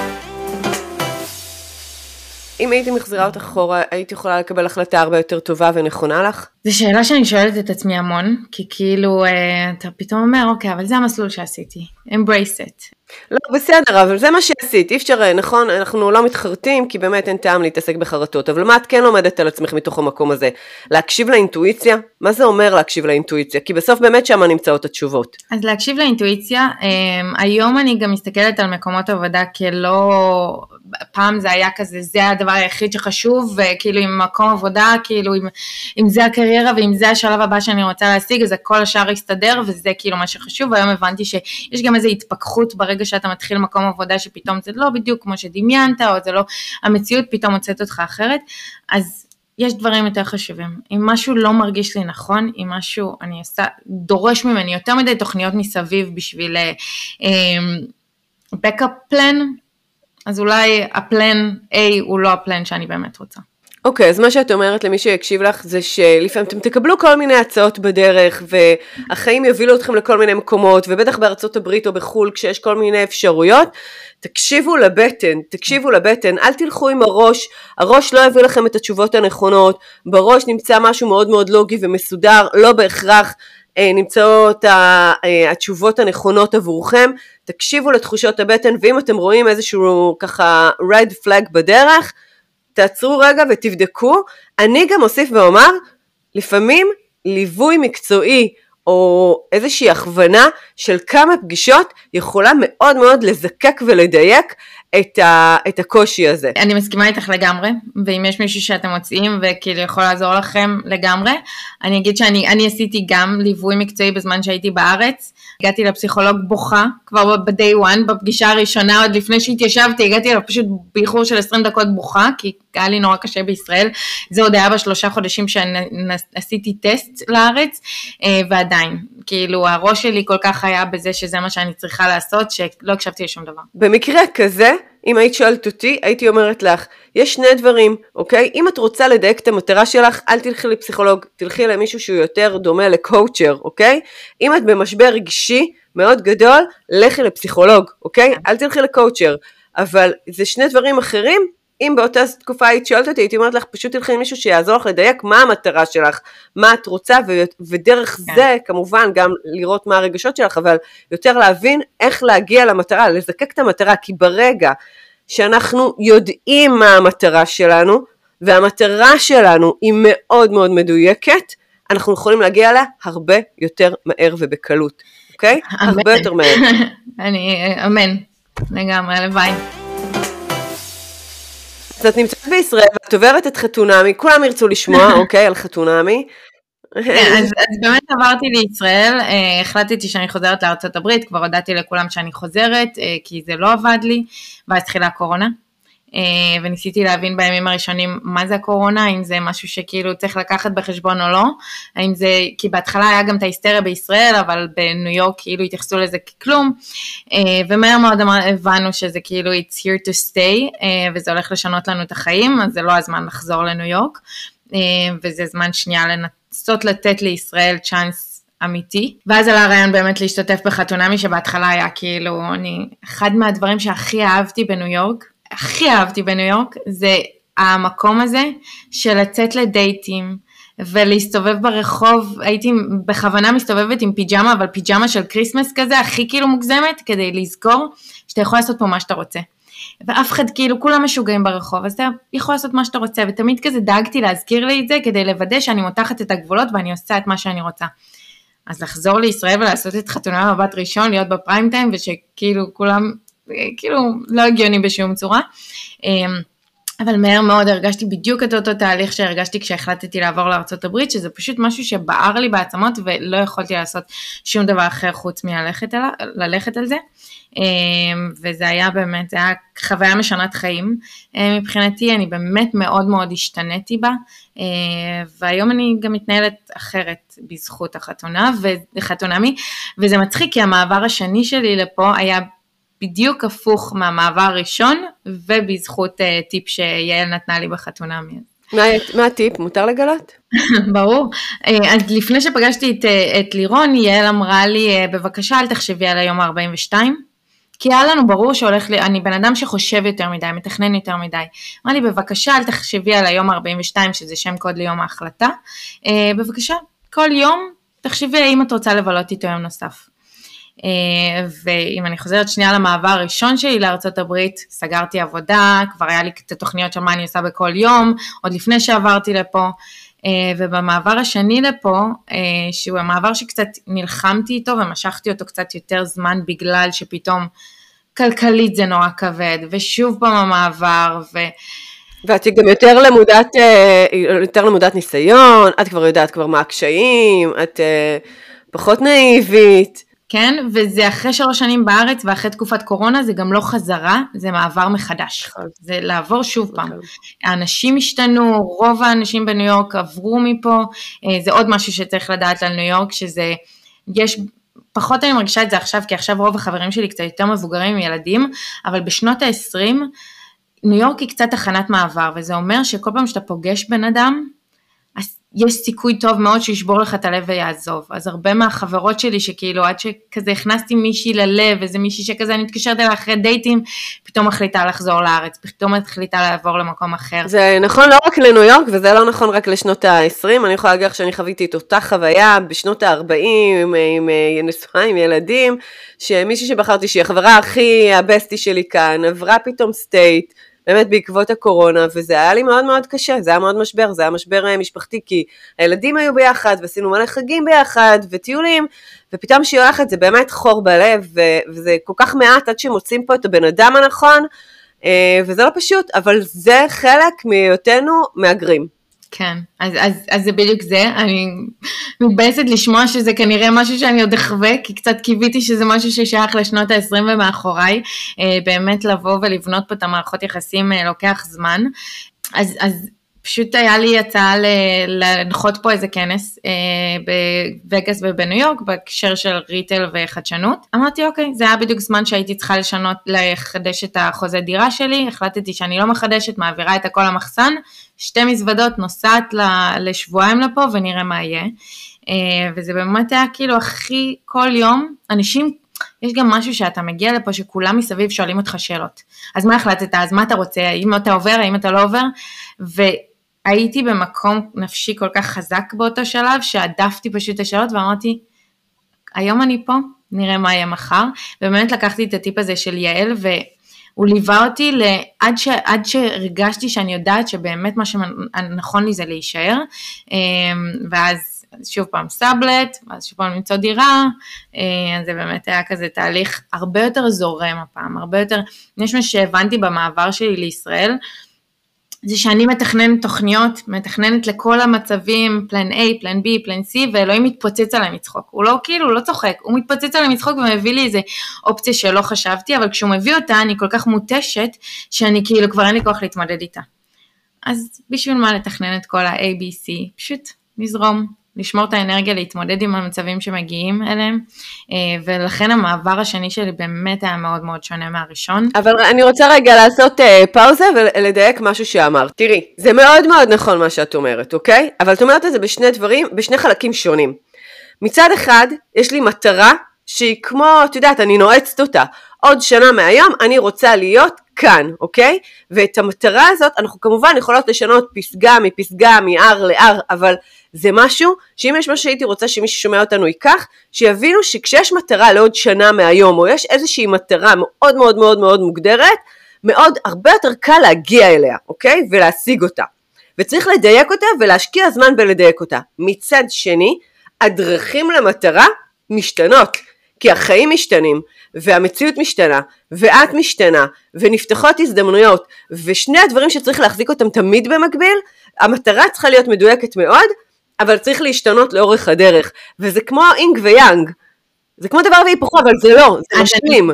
[SPEAKER 2] אם הייתי מחזירה אותך אחורה, היית יכולה לקבל החלטה הרבה יותר טובה ונכונה לך?
[SPEAKER 1] זו שאלה שאני שואלת את עצמי המון, כי כאילו אתה פתאום אומר, אוקיי, אבל זה המסלול שעשיתי, embrace it.
[SPEAKER 2] לא, בסדר, אבל זה מה שעשית, אי אפשר, נכון, אנחנו לא מתחרטים, כי באמת אין טעם להתעסק בחרטות, אבל מה את כן לומדת על עצמך מתוך המקום הזה? להקשיב לאינטואיציה? מה זה אומר להקשיב לאינטואיציה? כי בסוף באמת שמה נמצאות התשובות.
[SPEAKER 1] אז להקשיב לאינטואיציה, היום אני גם מסתכלת על מקומות עבודה כלא, פעם זה היה כזה, זה הדבר היחיד שחשוב, וכאילו עם מקום עבודה, כאילו עם, עם זה הקריירה, ואם זה השלב הבא שאני רוצה להשיג, אז הכל השאר יסתדר, וזה כאילו מה שחשוב, והיום הבנתי שיש גם איזו התפכחות ברגע שאתה מתחיל מקום עבודה, שפתאום זה לא בדיוק כמו שדמיינת, או זה לא, המציאות פתאום מוצאת אותך אחרת, אז יש דברים יותר חשובים. אם משהו לא מרגיש לי נכון, אם משהו אני עושה, דורש ממני יותר מדי תוכניות מסביב, בשביל backup plan, אז אולי הפלן A הוא לא הפלן שאני באמת רוצה.
[SPEAKER 2] אוקיי, okay, אז מה שאת אומרת למי שיקשיב לך, זה שלפעמים אתם תקבלו כל מיני הצעות בדרך, והחיים יובילו אתכם לכל מיני מקומות, ובטח בארצות הברית או בחול, כשיש כל מיני אפשרויות, תקשיבו לבטן, תקשיבו לבטן, אל תלכו עם הראש, הראש לא יביא לכם את התשובות הנכונות, בראש נמצא משהו מאוד מאוד לוגי ומסודר, לא בהכרח נמצאות התשובות הנכונות עבורכם, תקשיבו לתחושות הבטן, ואם אתם רואים איזשהו ככה red flag בדרך, תעצרו רגע ותבדקו. אני גם אוסיף ואומר, לפעמים ליווי מקצועי או איזושהי הכוונה של כמה פגישות יכולה מאוד מאוד לזקק ולדייק את, ה, את הקושי הזה.
[SPEAKER 1] אני מסכימה איתך לגמרי, ואם יש מישהו שאתם מוצאים וכאילו יכול לעזור לכם לגמרי, אני אגיד שאני אני עשיתי גם ליווי מקצועי בזמן שהייתי בארץ, הגעתי לפסיכולוג בוכה, כבר ב-day one, בפגישה הראשונה, עוד לפני שהתיישבתי, הגעתי אליו פשוט באיחור של עשרים דקות בוכה, כי היה לי נורא קשה בישראל, זה עוד היה בשלושה חודשים שעשיתי טסט לארץ, ועדיין, כאילו הראש שלי כל כך היה בזה שזה מה שאני צריכה לעשות, שלא הקשבתי לשום דבר.
[SPEAKER 2] במקרה כזה, אם היית שואלת אותי, הייתי אומרת לך, יש שני דברים, אוקיי? אם את רוצה לדייק את המטרה שלך, אל תלכי לפסיכולוג, תלכי למישהו שהוא יותר דומה לקואוצ'ר, אוקיי? אם את במשבר רגשי מאוד גדול, לכי לפסיכולוג, אוקיי? אל תלכי לקואוצ'ר, אבל זה שני דברים אחרים, אם באותה תקופה היית שואלת אותי, הייתי אומרת לך, פשוט תלכי עם מישהו שיעזור לך לדייק מה המטרה שלך, מה את רוצה, ו- ודרך כן. זה כמובן גם לראות מה הרגשות שלך, אבל יותר להבין איך להגיע למטרה, לזקק את המטרה, כי ברגע שאנחנו יודעים מה המטרה שלנו, והמטרה שלנו היא מאוד מאוד מדויקת, אנחנו יכולים להגיע לה הרבה יותר מהר ובקלות, אוקיי? אמן. הרבה יותר מהר.
[SPEAKER 1] אני, אמן, לגמרי, לוואי.
[SPEAKER 2] אז את נמצאת בישראל ואת עוברת את חתונמי, כולם ירצו לשמוע, אוקיי, על חתונמי.
[SPEAKER 1] אז באמת עברתי לישראל, החלטתי שאני חוזרת לארצות הברית, כבר הודעתי לכולם שאני חוזרת, כי זה לא עבד לי, ואז התחילה הקורונה, וניסיתי להבין בימים הראשונים מה זה הקורונה, אם זה משהו שכאילו צריך לקחת בחשבון או לא, האם זה, כי בהתחלה היה גם את ההיסטריה בישראל, אבל בניו יורק כאילו התייחסו לזה ככלום, ומהר מאוד הבנו שזה כאילו it's here to stay, וזה הולך לשנות לנו את החיים, אז זה לא הזמן לחזור לניו יורק, וזה זמן שנייה לנסות לתת לישראל צ'אנס אמיתי, ואז עלה הרעיון באמת להשתתף בחתונמי, שבהתחלה היה כאילו, אני, אחד מהדברים שהכי אהבתי בניו יורק, הכי אהבתי בניו יורק, זה המקום הזה של לצאת לדייטים, ולהסתובב ברחוב, הייתי בכוונה מסתובבת עם פיג'מה, אבל פיג'מה של קריסמס כזה, הכי כאילו מוגזמת, כדי לזכור שאתה יכול לעשות פה מה שאתה רוצה. ואף אחד כאילו, כולם משוגעים ברחוב, אז אתה יכול לעשות מה שאתה רוצה, ותמיד כזה דאגתי להזכיר לי את זה, כדי לוודא שאני מותחת את הגבולות, ואני עושה את מה שאני רוצה. אז לחזור לישראל ולעשות את חתונה מבט ראשון, להיות בפריים טיים, ושכאילו כולם, כאילו לא הגיוני בשום צורה. אבל מהר מאוד הרגשתי בדיוק את אותו תהליך שהרגשתי כשהחלטתי לעבור לארצות הברית, שזה פשוט משהו שבער לי בעצמות, ולא יכולתי לעשות שום דבר אחר חוץ מללכת על, ללכת על זה. וזה היה באמת, זה היה חוויה משנת חיים. מבחינתי אני באמת מאוד מאוד השתניתי בה, והיום אני גם מתנהלת אחרת בזכות החתונה וחתונמי, וזה מצחיק כי המעבר השני שלי לפה היה בדיוק הפוך מהמעבר הראשון, ובזכות uh, טיפ שיעל נתנה לי בחתונה.
[SPEAKER 2] מה, מה הטיפ? מותר לגלות?
[SPEAKER 1] ברור. אז לפני שפגשתי את, את לירון, יעל אמרה לי, בבקשה אל תחשבי על היום ה-ארבעים ושתיים, כי היה לנו ברור שהולך לי, אני בן אדם שחושב יותר מדי, מתכנן יותר מדי. אמרה לי, בבקשה אל תחשבי על היום ה-ארבעים ושתיים, שזה שם קוד ליום ההחלטה. בבקשה, כל יום תחשבי האם את רוצה לבלות איתו יום נוסף. ואם אני חוזרת שנייה למעבר הראשון שלי לארצות הברית, סגרתי עבודה, כבר היה לי את התוכניות של מה אני עושה בכל יום, עוד לפני שעברתי לפה, ובמעבר השני לפה, שהוא המעבר שקצת נלחמתי איתו ומשכתי אותו קצת יותר זמן, בגלל שפתאום כלכלית זה נורא כבד, ושוב פעם המעבר, ו...
[SPEAKER 2] ואת גם יותר למודת, יותר למודת ניסיון, את כבר יודעת כבר מה הקשיים, את פחות נאיבית,
[SPEAKER 1] כן, וזה אחרי שלוש שנים בארץ, ואחרי תקופת קורונה, זה גם לא חזרה, זה מעבר מחדש. זה לעבור שוב פעם. האנשים השתנו, רוב האנשים בניו יורק עברו מפה, זה עוד משהו שצריך לדעת על ניו יורק, שזה, יש, פחות אני מרגישה את זה עכשיו, כי עכשיו רוב החברים שלי קצת יותר מבוגרים עם ילדים, אבל בשנות ה-עשרים, ניו יורק היא קצת תחנת מעבר, וזה אומר שכל פעם שאתה פוגש בן אדם, יש סיכוי טוב מאוד שישבור לך את הלב ויעזוב. אז הרבה מהחברות שלי שכאילו עד שכזה הכנסתי מישהי ללב, איזה מישהי שכזה אני מתקשרת אליה אחרי דייטים, פתאום החליטה לחזור לארץ, פתאום החליטה לעבור למקום אחר.
[SPEAKER 2] זה נכון לא רק לניו יורק, וזה לא נכון רק לשנות ה-עשרים, אני יכולה להגיד לך שאני חוויתי את אותה חוויה בשנות ה-ארבעים, עם, עם, עם נשואה, עם ילדים, שמישהי שבחרתי שהיא החברה הכי הבסטי שלי כאן, עברה פתאום סטייט, באמת בעקבות הקורונה, וזה היה לי מאוד מאוד קשה, זה היה מאוד משבר, זה היה משבר משפחתי, כי הילדים היו ביחד, ועשינו מלא חגים ביחד, וטיולים, ופתאום שהיא הולכת, זה באמת חור בלב, וזה כל כך מעט עד שמוצאים פה את הבן אדם הנכון, וזה לא פשוט, אבל זה חלק מהיותנו מאגרים.
[SPEAKER 1] כן, אז, אז, אז זה בדיוק זה, אני מתבאסת לשמוע שזה כנראה משהו שאני עוד אחווה, כי קצת קיוויתי שזה משהו ששייך לשנות ה-עשרים ומאחוריי, באמת לבוא ולבנות פה את המערכות יחסים לוקח זמן, אז, אז פשוט היה לי הצעה לנחות פה איזה כנס בווגאס ובניו יורק, בהקשר של ריטל וחדשנות. אמרתי, אוקיי, זה היה בדיוק זמן שהייתי צריכה לשנות, לחדש את החוזה דירה שלי, החלטתי שאני לא מחדשת, מעבירה את הכל למחסן, שתי מזוודות, נוסעת לשבועיים לפה ונראה מה יהיה. וזה באמת היה כאילו הכי כל יום, אנשים, יש גם משהו שאתה מגיע לפה שכולם מסביב שואלים אותך שאלות. אז מה החלטת? אז מה אתה רוצה? האם אתה עובר? האם אתה לא עובר? ו... הייתי במקום נפשי כל כך חזק באותו שלב, שעדפתי פשוט את השאלות, ואמרתי, היום אני פה, נראה מה יהיה מחר, ובאמת לקחתי את הטיפ הזה של יעל, והוא ליווה אותי עד, ש, עד שהרגשתי שאני יודעת שבאמת מה שנכון לי זה להישאר, ואז שוב פעם סאבלט, ואז שוב פעם למצוא דירה, אז זה באמת היה כזה תהליך הרבה יותר זורם הפעם, הרבה יותר, יש מה שהבנתי במעבר שלי לישראל, זה שאני מתכננת תוכניות, מתכננת לכל המצבים, פלן A, פלן B, פלן C, ואלוהים מתפוצץ עליי מצחוק. הוא לא כאילו, הוא לא צוחק, הוא מתפוצץ עליי מצחוק ומביא לי איזה אופציה שלא חשבתי, אבל כשהוא מביא אותה, אני כל כך מוטשת, שאני כאילו כבר אין לי כוח להתמודד איתה. אז בשביל מה לתכנן את כל ה-A, B, C? פשוט נזרום. לשמור את האנרגיה, להתמודד עם המצבים שמגיעים אליהם, ולכן המעבר השני שלי באמת היה מאוד מאוד שונה מהראשון.
[SPEAKER 2] אבל אני רוצה רגע לעשות פאוזה ולדייק משהו שאמרת. תראי, זה מאוד מאוד נכון מה שאת אומרת, אוקיי? אבל את אומרת את זה בשני דברים, בשני חלקים שונים. מצד אחד, יש לי מטרה שהיא כמו, את יודעת, אני נועצת אותה. עוד שנה מהיום אני רוצה להיות כאן, אוקיי? ואת המטרה הזאת, אנחנו כמובן יכולות לשנות פסגה מפסגה, מ-R ל-R, אבל זה משהו, שאם יש משהו שהייתי רוצה שמי ששומע אותנו ייקח, שיבינו שכשיש מטרה לעוד שנה מהיום, או יש איזושהי מטרה מאוד מאוד מאוד מאוד מוגדרת, מאוד, הרבה יותר קל להגיע אליה, אוקיי? ולהשיג אותה. וצריך לדייק אותה ולהשקיע זמן בלדייק אותה. מצד שני, הדרכים למטרה משתנות, כי החיים משתנים, והמציאות משתנה, ואת משתנה, ונפתחות הזדמנויות, ושני הדברים שצריך להחזיק אותם תמיד במקביל, המטרה צריכה להיות מדויקת מאוד, אבל צריך להשתנות לאורך הדרך, וזה כמו אינג ויאנג, זה כמו דבר והיפוכו, אבל זה לא, זה משלים.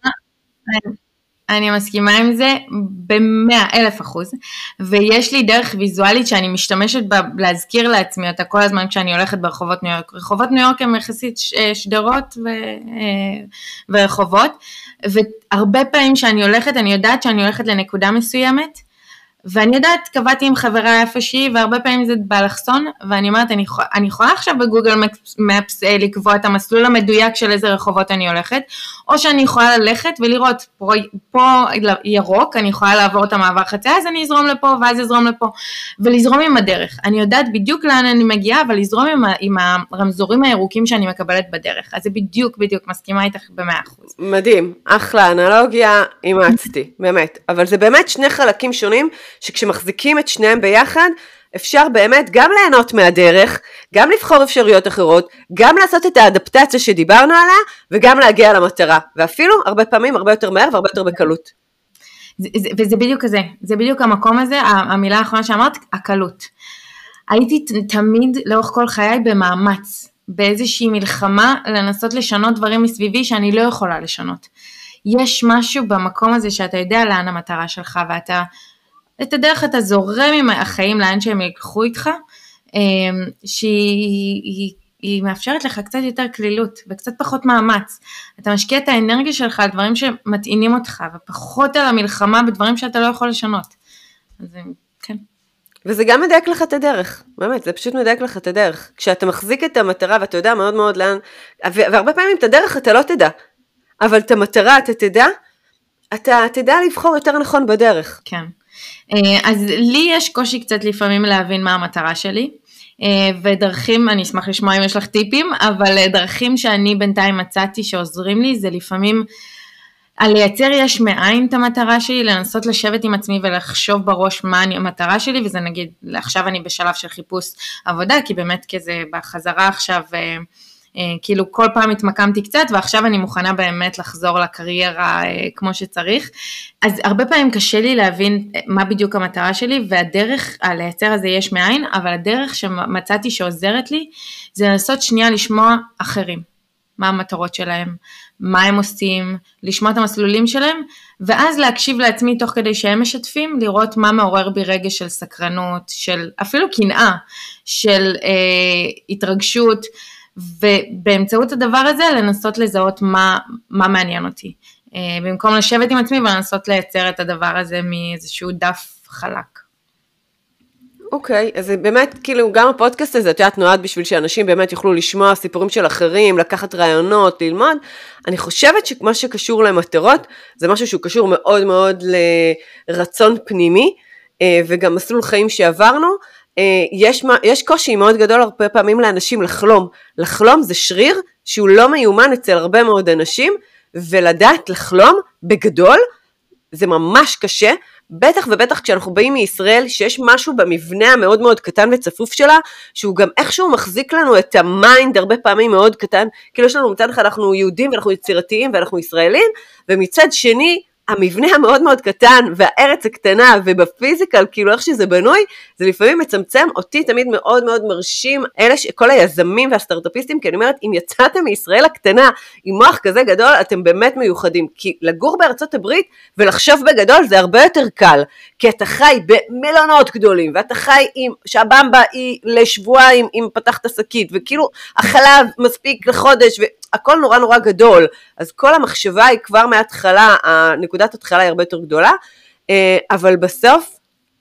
[SPEAKER 1] אני מסכימה עם זה במאה אלף אחוז, ויש לי דרך ויזואלית שאני משתמשת בה להזכיר לעצמי אותה כל הזמן כשאני הולכת ברחובות ניו יורק. רחובות ניו יורק הם יחסית שדרות ו... ורחובות, והרבה פעמים שאני הולכת, אני יודעת שאני הולכת לנקודה מסוימת, ואני יודעת, קבעתי עם חברה איפושי, והרבה פעמים זה באלכסון, ואני אומרת, אני, אני יכולה עכשיו בגוגל מפס לקבוע את המסלול המדויק של איזה רחובות אני הולכת, או שאני יכולה ללכת ולראות, פה, פה ירוק, אני יכולה לעבור את המעבר חצייה, אז אני אזרום לפה, ואז אזרום לפה, ולזרום עם הדרך. אני יודעת בדיוק לאן אני מגיעה, אבל לזרום עם, עם הרמזורים הירוקים שאני מקבלת בדרך. אז זה בדיוק, בדיוק, מסכימה איתך במאה אחוז.
[SPEAKER 2] מדהים, אחלה, אנלוגיה, אימצתי, באמת. אבל זה באמת שני חלקים שונים, שכשמחזיקים את שניהם ביחד, אפשר באמת גם ליהנות מהדרך, גם לבחור אפשרויות אחרות, גם לעשות את האדפטציה שדיברנו עליה, וגם להגיע למטרה, ואפילו הרבה פעמים הרבה יותר מהר והרבה יותר בקלות.
[SPEAKER 1] וזה בדיוק כזה, זה בדיוק המקום הזה, המילה האחרונה שאמרת, הקלות. הייתי תמיד לאורך כל חיי במאמץ, באיזושהי מלחמה, לנסות לשנות דברים מסביבי שאני לא יכולה לשנות. יש משהו במקום הזה שאתה יודע לאן המטרה שלך, ואתה את הדרך אתה זורם עם החיים לאן שהם יקחו איתך, שהיא היא, היא מאפשרת לך קצת יותר כלילות, וקצת פחות מאמץ. אתה משקיע את האנרגיה שלך על דברים שמתעינים אותך, ופחות על המלחמה בדברים שאתה לא יכול לשנות. אז כן.
[SPEAKER 2] וזה גם מדייק לך את הדרך, באמת, זה פשוט מדייק לך את הדרך. כשאתה מחזיק את המטרה, ואתה יודע מאוד מאוד לאן, והרבה פעמים את הדרך אתה לא תדע, אבל את המטרה אתה תדע, אתה תדע לבחור יותר נכון בדרך.
[SPEAKER 1] כן. אז לי יש קושי קצת לפעמים להבין מה המטרה שלי, ודרכים, אני אשמח לשמוע אם יש לך טיפים, אבל דרכים שאני בינתיים מצאתי שעוזרים לי, זה לפעמים על לייצר יש מאין את המטרה שלי, לנסות לשבת עם עצמי ולחשוב בראש מה המטרה שלי, וזה נגיד, עכשיו אני בשלב של חיפוש עבודה, כי באמת כזה בחזרה עכשיו, כאילו כל פעם התמקמתי קצת, ועכשיו אני מוכנה באמת לחזור לקריירה כמו שצריך, אז הרבה פעמים קשה לי להבין מה בדיוק המטרה שלי, והדרך לייצר הזה יש מאין, אבל הדרך שמצאתי שעוזרת לי, זה לנסות שנייה לשמוע אחרים, מה המטרות שלהם, מה הם עושים, לשמוע את המסלולים שלהם, ואז להקשיב לעצמי תוך כדי שהם משתפים, לראות מה מעורר בי רגש של סקרנות, של אפילו קנאה, של אה, התרגשות, ובאמצעות הדבר הזה לנסות לזהות מה, מה מעניין אותי. אה, במקום לשבת עם עצמי ולנסות לייצר את הדבר הזה מאיזשהו דף חלק.
[SPEAKER 2] אוקיי, אז באמת, כאילו, גם הפודקאסט הזה, את יודעת, נועד בשביל שאנשים באמת יוכלו לשמוע סיפורים של אחרים, לקחת רעיונות, ללמוד. אני חושבת שמה שקשור למטרות, זה משהו שהוא קשור מאוד מאוד לרצון פנימי, וגם מסלול חיים שעברנו. יש, יש קושי מאוד גדול הרבה פעמים לאנשים לחלום. לחלום זה שריר שהוא לא מיומן אצל הרבה מאוד אנשים, ולדעת לחלום בגדול, זה ממש קשה, בטח ובטח כשאנחנו באים מישראל, שיש משהו במבנה המאוד מאוד קטן וצפוף שלה, שהוא גם איכשהו מחזיק לנו את המיינד הרבה פעמים מאוד קטן, כאילו יש לנו מצד אחד אנחנו יהודים ואנחנו יצירתיים ואנחנו ישראלים, ומצד שני, המבנה המאוד מאוד קטן והארץ הקטנה ובפיזיקל, כאילו איך שזה בנוי, זה לפעמים מצמצם אותי תמיד מאוד מאוד מרשים, אלה כל היזמים והסטארט-אפיסטים, כי אני אומרת, אם יצאתם מישראל הקטנה עם מוח כזה גדול, אתם באמת מיוחדים, כי לגור בארצות הברית ולחשוב בגדול זה הרבה יותר קל, כי אתה חי במלונות גדולים, ואתה חי עם שהבמבה היא לשבועיים אם פתחת שקית, וכאילו החלב מספיק לחודש, והכל נורא נורא גדול, אז כל המחשבה היא כבר מההתחלה, נקודת התחלה היא הרבה יותר גדולה, אבל בסוף,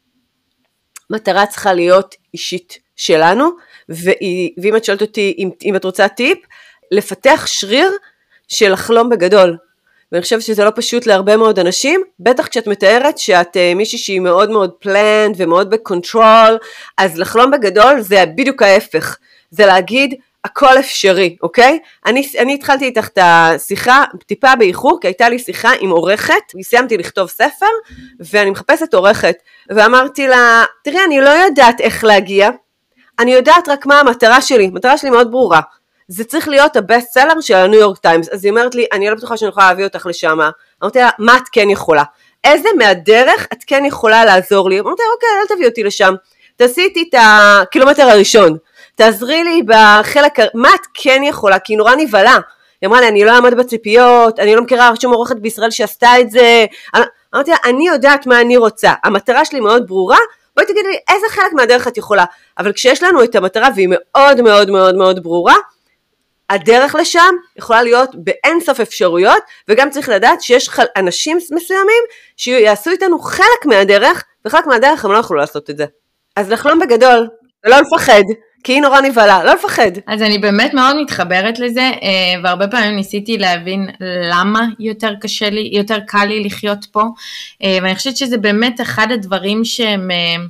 [SPEAKER 2] מטרה צריכה להיות אישית שלנו, ואם את שואלת אותי, אם, אם את רוצה טיפ, לפתח שריר של לחלום בגדול, ואני חושבת שזה לא פשוט להרבה מאוד אנשים, בטח כשאת מתארת שאת uh, מישהי שהיא מאוד מאוד planned ומאוד בקונטרול, אז לחלום בגדול זה בדיוק ההפך, זה להגיד הכל אפשרי, אוקיי? אני, אני התחלתי איתך את השיחה טיפה באיחור, כי הייתה לי שיחה עם עורכת, סיימתי לכתוב ספר, ואני מחפשת עורכת, ואמרתי לה, תראי, אני לא יודעת איך להגיע, אני יודעת רק מה המטרה שלי, המטרה שלי מאוד ברורה, זה צריך להיות הבסט סלר של הניו יורק טיימס, אז היא אומרת לי, אני לא בטוחה שאני יכולה להביא אותך לשם, אמרתי לה, מה את כן יכולה? איזה מהדרך את כן יכולה לעזור לי? אמרתי לה, אוקיי, אל תביא אותי לשם, תעשיתי את הקילומטר הראשון, תעזרי לי בחלק, מה את כן יכולה? כי היא נורא נבלה, היא אמרה לי, אני לא אעמוד בציפיות, אני לא מכירה שום עורכת בישראל שעשתה את זה, אמרתי לה, אני יודעת מה אני רוצה, המטרה שלי מאוד ברורה, בואי תגידי לי איזה חלק מהדרך את יכולה, אבל כשיש לנו את המטרה והיא מאוד מאוד מאוד מאוד ברורה, הדרך לשם יכולה להיות באין סוף אפשרויות, וגם צריך לדעת שיש אנשים מסוימים שיעשו איתנו חלק מהדרך, וחלק מהדרך הם לא יכולו לעשות את זה. אז לחלום בגדול, ולא לפחד, כי היא נורא נבלה, לא לפחד.
[SPEAKER 1] אז אני באמת מאוד מתחברת לזה, והרבה פעמים ניסיתי להבין למה יותר קשה לי, יותר קל לי לחיות פה, ואני חושבת שזה באמת אחד הדברים שהם,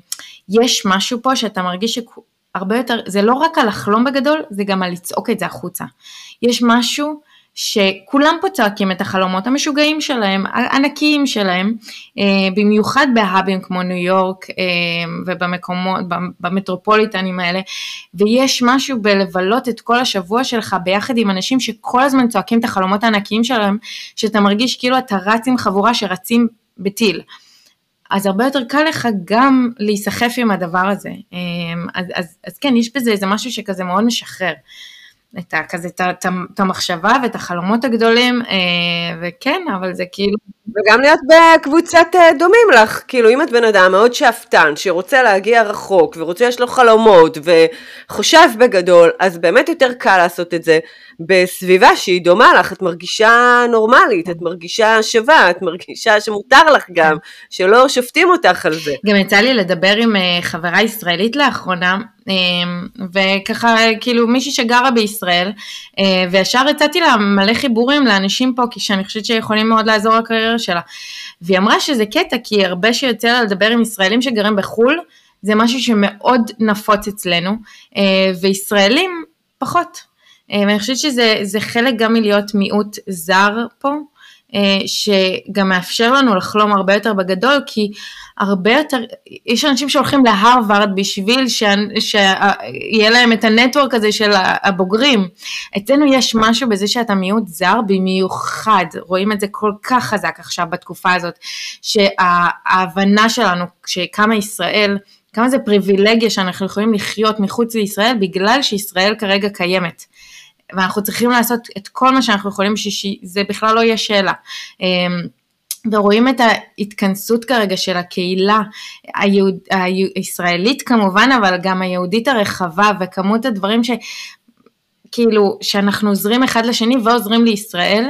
[SPEAKER 1] יש משהו פה שאתה מרגיש שהרבה יותר, זה לא רק על לחלום בגדול, זה גם על לצעוק את זה החוצה. יש משהו שכולם פה צועקים את החלומות המשוגעים שלהם, הענקיים שלהם, במיוחד בהאבים כמו ניו יורק ובמקומות, במטרופוליטנים האלה, ויש משהו בלבלות את כל השבוע שלך ביחד עם אנשים שכל הזמן צועקים את החלומות הענקיים שלהם, שאתה מרגיש כאילו אתה רץ עם חבורה שרצים בטיל. אז הרבה יותר קל לך גם להיסחף עם הדבר הזה. אז, אז, אז כן, יש בזה איזה משהו שכזה מאוד משחרר. את, כזה, את, את, את המחשבה ואת החלומות הגדולים, וכן, אבל זה כאילו...
[SPEAKER 2] וגם להיות בקבוצת דומים לך, כאילו אם את בן אדם מאוד שאפתן, שרוצה להגיע רחוק, ורוצה יש לו חלומות, וחושב בגדול, אז באמת יותר קל לעשות את זה, בסביבה שהיא דומה לך, את מרגישה נורמלית, את מרגישה שווה, את מרגישה שמותר לך גם, שלא שופטים אותך על זה.
[SPEAKER 1] גם יצא לי לדבר עם חברה ישראלית לאחרונה, וככה כאילו מישהי שגרה בישראל, וישר הצאתי לה מלא חיבורים לאנשים פה, כי שאני חושבת שיכולים מאוד לעזור לקריירה שלה, והיא אמרה שזה קטע, כי הרבה שיוצא לה לדבר עם ישראלים שגרים בחול, זה משהו שמאוד נפוץ אצלנו, וישראלים פחות. ואני חושבת שזה זה חלק גם מלהיות מיעוט זר פה, שגם מאפשר לנו לחלום הרבה יותר בגדול, כי הרבה יותר, יש אנשים שהולכים להרווארד בשביל שיהיה להם את הנטוורק הזה של הבוגרים. אצלנו יש משהו בזה שאתה מיעוט זר במיוחד, רואים את זה כל כך חזק עכשיו בתקופה הזאת, שההבנה שלנו שכמה ישראל, כמה זה פריבילגיה שאנחנו יכולים לחיות מחוץ לישראל, בגלל שישראל כרגע קיימת. ואנחנו צריכים לעשות את כל מה שאנחנו יכולים, שזה בכלל לא יהיה שאלה. ורואים את ההתכנסות כרגע של הקהילה היהוד, הישראלית כמובן, אבל גם היהודית הרחבה, וכמות הדברים ש... כאילו, שאנחנו עוזרים אחד לשני ועוזרים לישראל,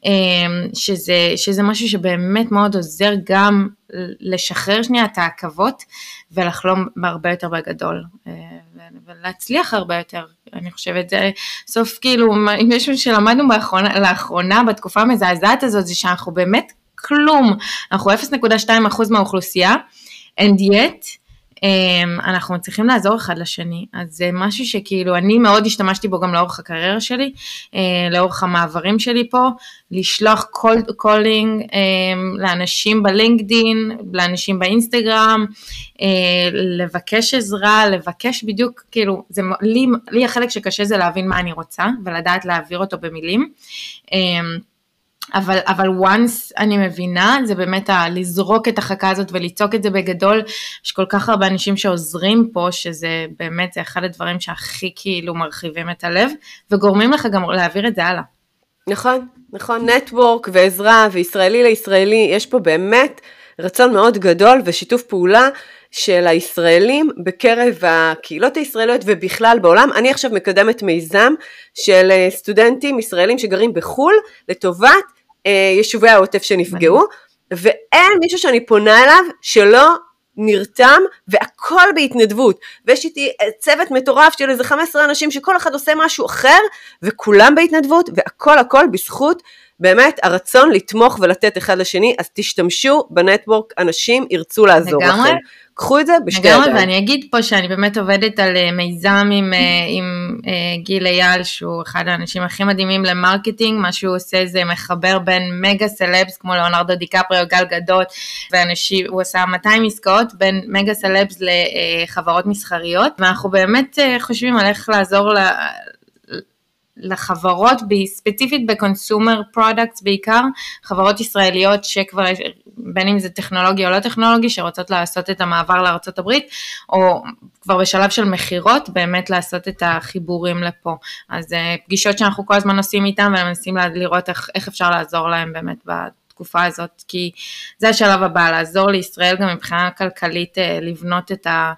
[SPEAKER 1] שזה, שזה משהו שבאמת מאוד עוזר גם לשחרר שנייה את העכבות, ולחלום הרבה יותר בגדול, ולהצליח הרבה יותר, אני חושבת, זה סוף כאילו, אם יש משהו שלמדנו באחרונה, לאחרונה, בתקופה המזעזעת הזאת, זה שאנחנו באמת כלום, אנחנו אפס נקודה שתיים אחוז מהאוכלוסייה, and yet, אנחנו מצליחים לעזור אחד לשני, אז זה משהו שכאילו אני מאוד השתמשתי בו גם לאורך הקריירה שלי, לאורך המעברים שלי פה, לשלוח קולינג לאנשים בלינקדין, לאנשים באינסטגרם, לבקש עזרה, לבקש בדיוק, כאילו, זה, לי, לי החלק שקשה זה להבין מה אני רוצה, ולדעת להעביר אותו במילים, אבל, אבל once אני מבינה, זה באמת ה- לזרוק את החכה הזאת וליצוק את זה בגדול, יש כל כך הרבה אנשים שעוזרים פה, שזה באמת, זה אחד הדברים שהכי כאילו מרחיבים את הלב, וגורמים לך גם להעביר את זה הלאה.
[SPEAKER 2] נכון, נכון, נטוורק ועזרה וישראלי לישראלי, יש פה באמת רצון מאוד גדול ושיתוף פעולה של הישראלים בקרב הקהילות הישראליות ובכלל בעולם. אני עכשיו מקדמת מיזם של סטודנטים ישראלים שגרים בחול לטובת יישובי העוטף שנפגעו, ואין מישהו שאני פונה אליו שלא נרתם, והכל בהתנדבות, ויש איתי צוות מטורף של איזה חמישה עשר אנשים שכל אחד עושה משהו אחר, וכולם בהתנדבות, והכל הכל בזכות
[SPEAKER 3] באמת הרצון לתמוך ולתת אחד לשני, אז תשתמשו בנטוורק, אנשים ירצו לעזור
[SPEAKER 1] לגמרי.
[SPEAKER 3] לכם. קחו את זה בשתי
[SPEAKER 1] לגמרי,
[SPEAKER 3] ידיים.
[SPEAKER 1] ואני אגיד פה שאני באמת עובדת על מיזם עם, עם גיל אייל, שהוא אחד האנשים הכי מדהימים למרקטינג, מה שהוא עושה זה מחבר בין מגה סלבס, כמו לאונרדו דיקפריו, גל גדות, ואנשים, הוא עשה מאתיים עסקאות בין מגה סלבס לחברות מסחריות, ואנחנו באמת חושבים על איך לעזור ל... לחברות, ספציפית בקונסיומר פרודקטס בעיקר, חברות ישראליות שכבר, בין אם זה טכנולוגי או לא טכנולוגי, שרוצות לעשות את המעבר לארצות הברית, או כבר בשלב של מחירות, באמת לעשות את החיבורים לפה. אז פגישות שאנחנו כל הזמן עושים איתם, ומנסים לראות איך, איך אפשר לעזור להם באמת בתקופה הזאת, כי זה השלב הבא, לעזור לישראל גם מבחינה כלכלית, לבנות את ה...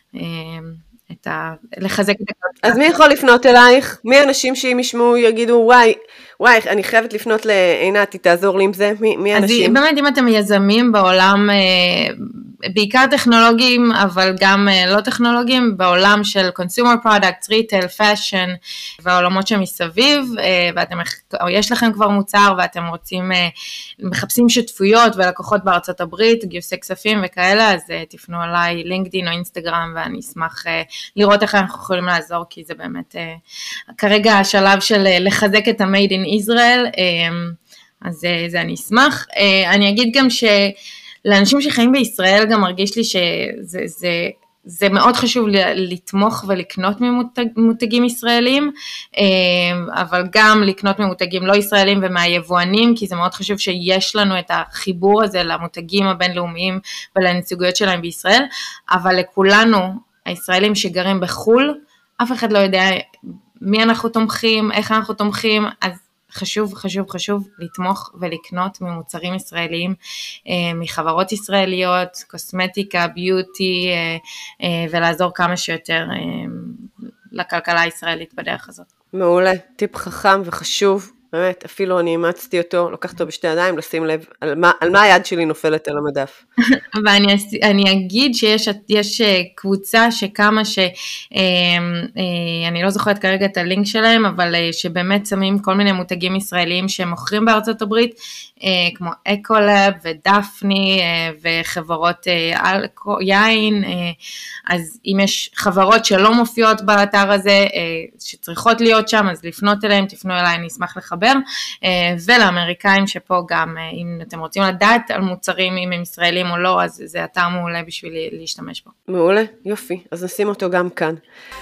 [SPEAKER 1] את ה... לחזק את הכלכלה.
[SPEAKER 3] אז מי יכול לפנות אלייך? מי האנשים שאם ישמעו יגידו, וואי, וואי, אני חייבת לפנות לעינת, היא תעזור לי עם זה? מי, מי האנשים?
[SPEAKER 1] אז באמת אם אתם יזמים בעולם, בעיקר טכנולוגיים, אבל גם לא טכנולוגיים, בעולם של consumer products, retail, fashion, והעולמות שמסביב, ואתם, או יש לכם כבר מוצר, ואתם רוצים, מחפשים שותפויות ולקוחות בארצות הברית, גיוסי כספים וכאלה, אז תפנו עליי לינקדין או אינסטגרם, ואני אשמח לראות איך אנחנו יכולים לעזור, כי זה באמת כרגע השלב של לחזק את ה-Made in Israel, אז זה אני אשמח. אני אגיד גם שלאנשים שחיים בישראל גם מרגיש לי שזה זה, זה מאוד חשוב לתמוך ולקנות ממותגים ישראלים, אבל גם לקנות ממותגים לא ישראלים ומהיבואנים, כי זה מאוד חשוב שיש לנו את החיבור הזה למותגים הבינלאומיים ולנציגויות שלהם בישראל, אבל לכולנו, הישראלים שגרים בחול, אף אחד לא יודע מי אנחנו תומכים, איך אנחנו תומכים, אז חשוב, חשוב, חשוב לתמוך ולקנות ממוצרים ישראליים, מחברות ישראליות, קוסמטיקה, ביוטי, ולעזור כמה שיותר לכלכלה הישראלית בדרך הזאת. מעולה,
[SPEAKER 3] טיפ חכם וחשוב. באמת, אפילו אני אימצתי אותו, לוקחת אותו בשתי ידיים, לשים לב על מה, על מה היד שלי נופלת על המדף.
[SPEAKER 1] ואני אני אגיד שיש יש קבוצה שכמה ש, אני לא זוכרת כרגע את הלינק שלהם, אבל שבאמת שמים כל מיני מותגים ישראליים שמוכרים בארצות הברית, כמו אקולאב ודפני וחברות יין, אז אם יש חברות שלא מופיעות באתר הזה, שצריכות להיות שם, אז לפנות אליהם, תפנו אליי, אני אשמח לחבר, ולאמריקאים שפה גם, אם אתם רוצים לדעת על מוצרים, אם הם ישראלים או לא, אז זה אתר מעולה בשביל להשתמש בו.
[SPEAKER 3] מעולה, יופי, אז נשים אותו גם כאן.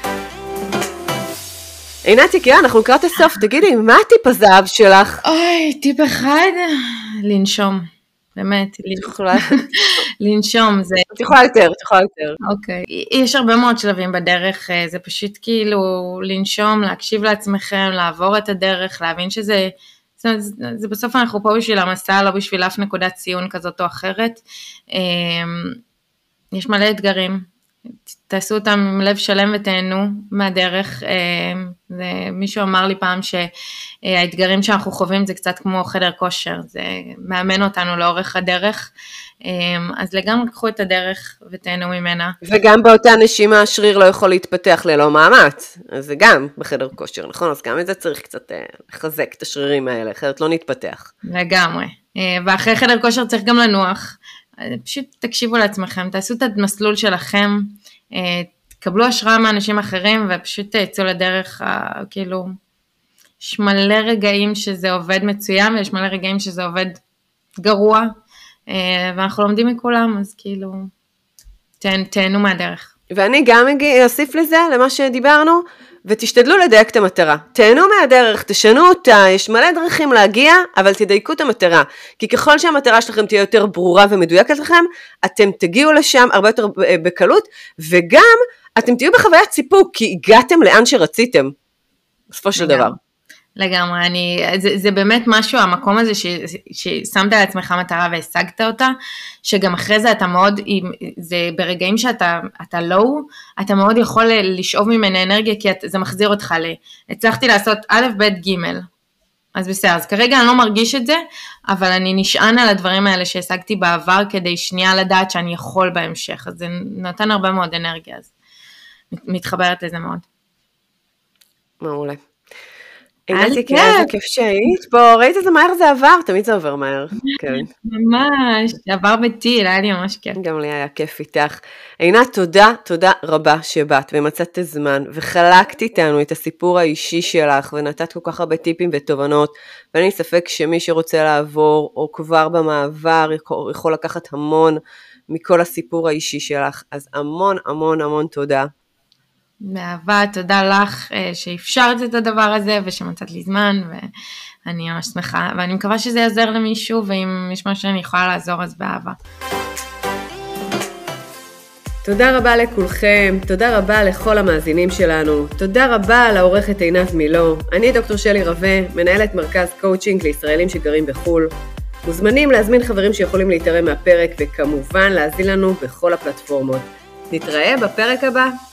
[SPEAKER 3] עינת יקרה, אנחנו לקראת הסוף, תגידי, מה הטיפ הזהב שלך?
[SPEAKER 1] אוי, טיפ אחד, לנשום, באמת, לנשום, זה...
[SPEAKER 3] את יכולה יותר, את יכולה יותר.
[SPEAKER 1] אוקיי, יש הרבה מאוד שלבים בדרך, זה פשוט כאילו לנשום, להקשיב לעצמכם, לעבור את הדרך, להבין שזה, זה, זה בסוף אנחנו פה בשביל המסע, לא בשביל אף נקודת ציון כזאת או אחרת, יש מלא אתגרים, תעשו אותם עם לב שלם ותהנו מהדרך, מישהו אמר לי פעם שהאתגרים שאנחנו חווים זה קצת כמו חדר כושר, זה מאמן אותנו לאורך הדרך, אז לגמרי קחו את הדרך ותהנו ממנה.
[SPEAKER 3] וגם באותה נשימה השריר לא יכול להתפתח ללא מאמץ, אז זה גם בחדר כושר, נכון? אז גם את זה צריך קצת לחזק את השרירים האלה, אחרת לא נתפתח.
[SPEAKER 1] לגמרי, ואחרי חדר כושר צריך גם לנוח, פשוט תקשיבו לעצמכם, תעשו את המסלול שלכם, תקבלו השראה מאנשים אחרים, ופשוט תצאו לדרך, כאילו, יש מלא רגעים שזה עובד מצוין, ויש מלא רגעים שזה עובד גרוע, ואנחנו לומדים מכולם, אז כאילו, תהנו מהדרך.
[SPEAKER 3] ואני גם אוסיף לזה, למה שדיברנו, ותשתדלו לדייק את המטרה. תהנו מהדרך, תשנו אותה, יש מלא דרכים להגיע, אבל תדייקו את המטרה. כי ככל שהמטרה שלכם תהיה יותר ברורה ומדויקת לכם, אתם תגיעו לשם הרבה יותר בקלות, וגם אתם תהיו בחוויית סיפוק, כי הגעתם לאן שרציתם, בסופו של דבר.
[SPEAKER 1] לגמרי, אני, זה, זה באמת משהו, המקום הזה ש, ששמת לעצמך מטרה והשגת אותה, שגם אחרי זה אתה מאוד, זה ברגעים שאתה אתה לואו, אתה מאוד יכול לשאוב ממנה אנרגיה, כי זה מחזיר אותך ל... הצלחתי לעשות א', ב', ג', אז בסדר, אז כרגע אני לא מרגיש את זה, אבל אני נשען על הדברים האלה שהשגתי בעבר, כדי שנייה לדעת שאני יכול בהמשך, אז זה נותן הרבה מאוד אנרגיה, אז מתחברת לזה מאוד.
[SPEAKER 3] מעולה. עינת יקרה, איזה כיף שהיית פה, ראית איזה מהר זה עבר, תמיד זה עובר מהר.
[SPEAKER 1] ממש, עבר בטיל, היה לי ממש כיף.
[SPEAKER 3] גם לי היה כיף איתך. עינת, תודה, תודה רבה שבאת ומצאת זמן, וחלקת איתנו את הסיפור האישי שלך, ונתת כל כך הרבה טיפים ותובנות, ואין לי ספק שמי שרוצה לעבור, או כבר במעבר, יכול לקחת המון מכל הסיפור האישי שלך, אז המון המון המון תודה.
[SPEAKER 1] באהבה, תודה לך שאפשרת את הדבר הזה ושמצאת לי זמן, ואני ממש שמחה, ואני מקווה שזה יעזר למישהו, ואם יש משהו שאני יכולה לעזור אז באהבה.
[SPEAKER 2] תודה רבה לכולכם, תודה רבה לכל המאזינים שלנו, תודה רבה לעורכת עינת מילו, אני דוקטור שלי רווה, מנהלת מרכז קואוצ'ינג לישראלים שגרים בחול, מוזמנים להזמין חברים שיכולים להתראה מהפרק, וכמובן להזין לנו בכל הפלטפורמות. נתראה בפרק הבא.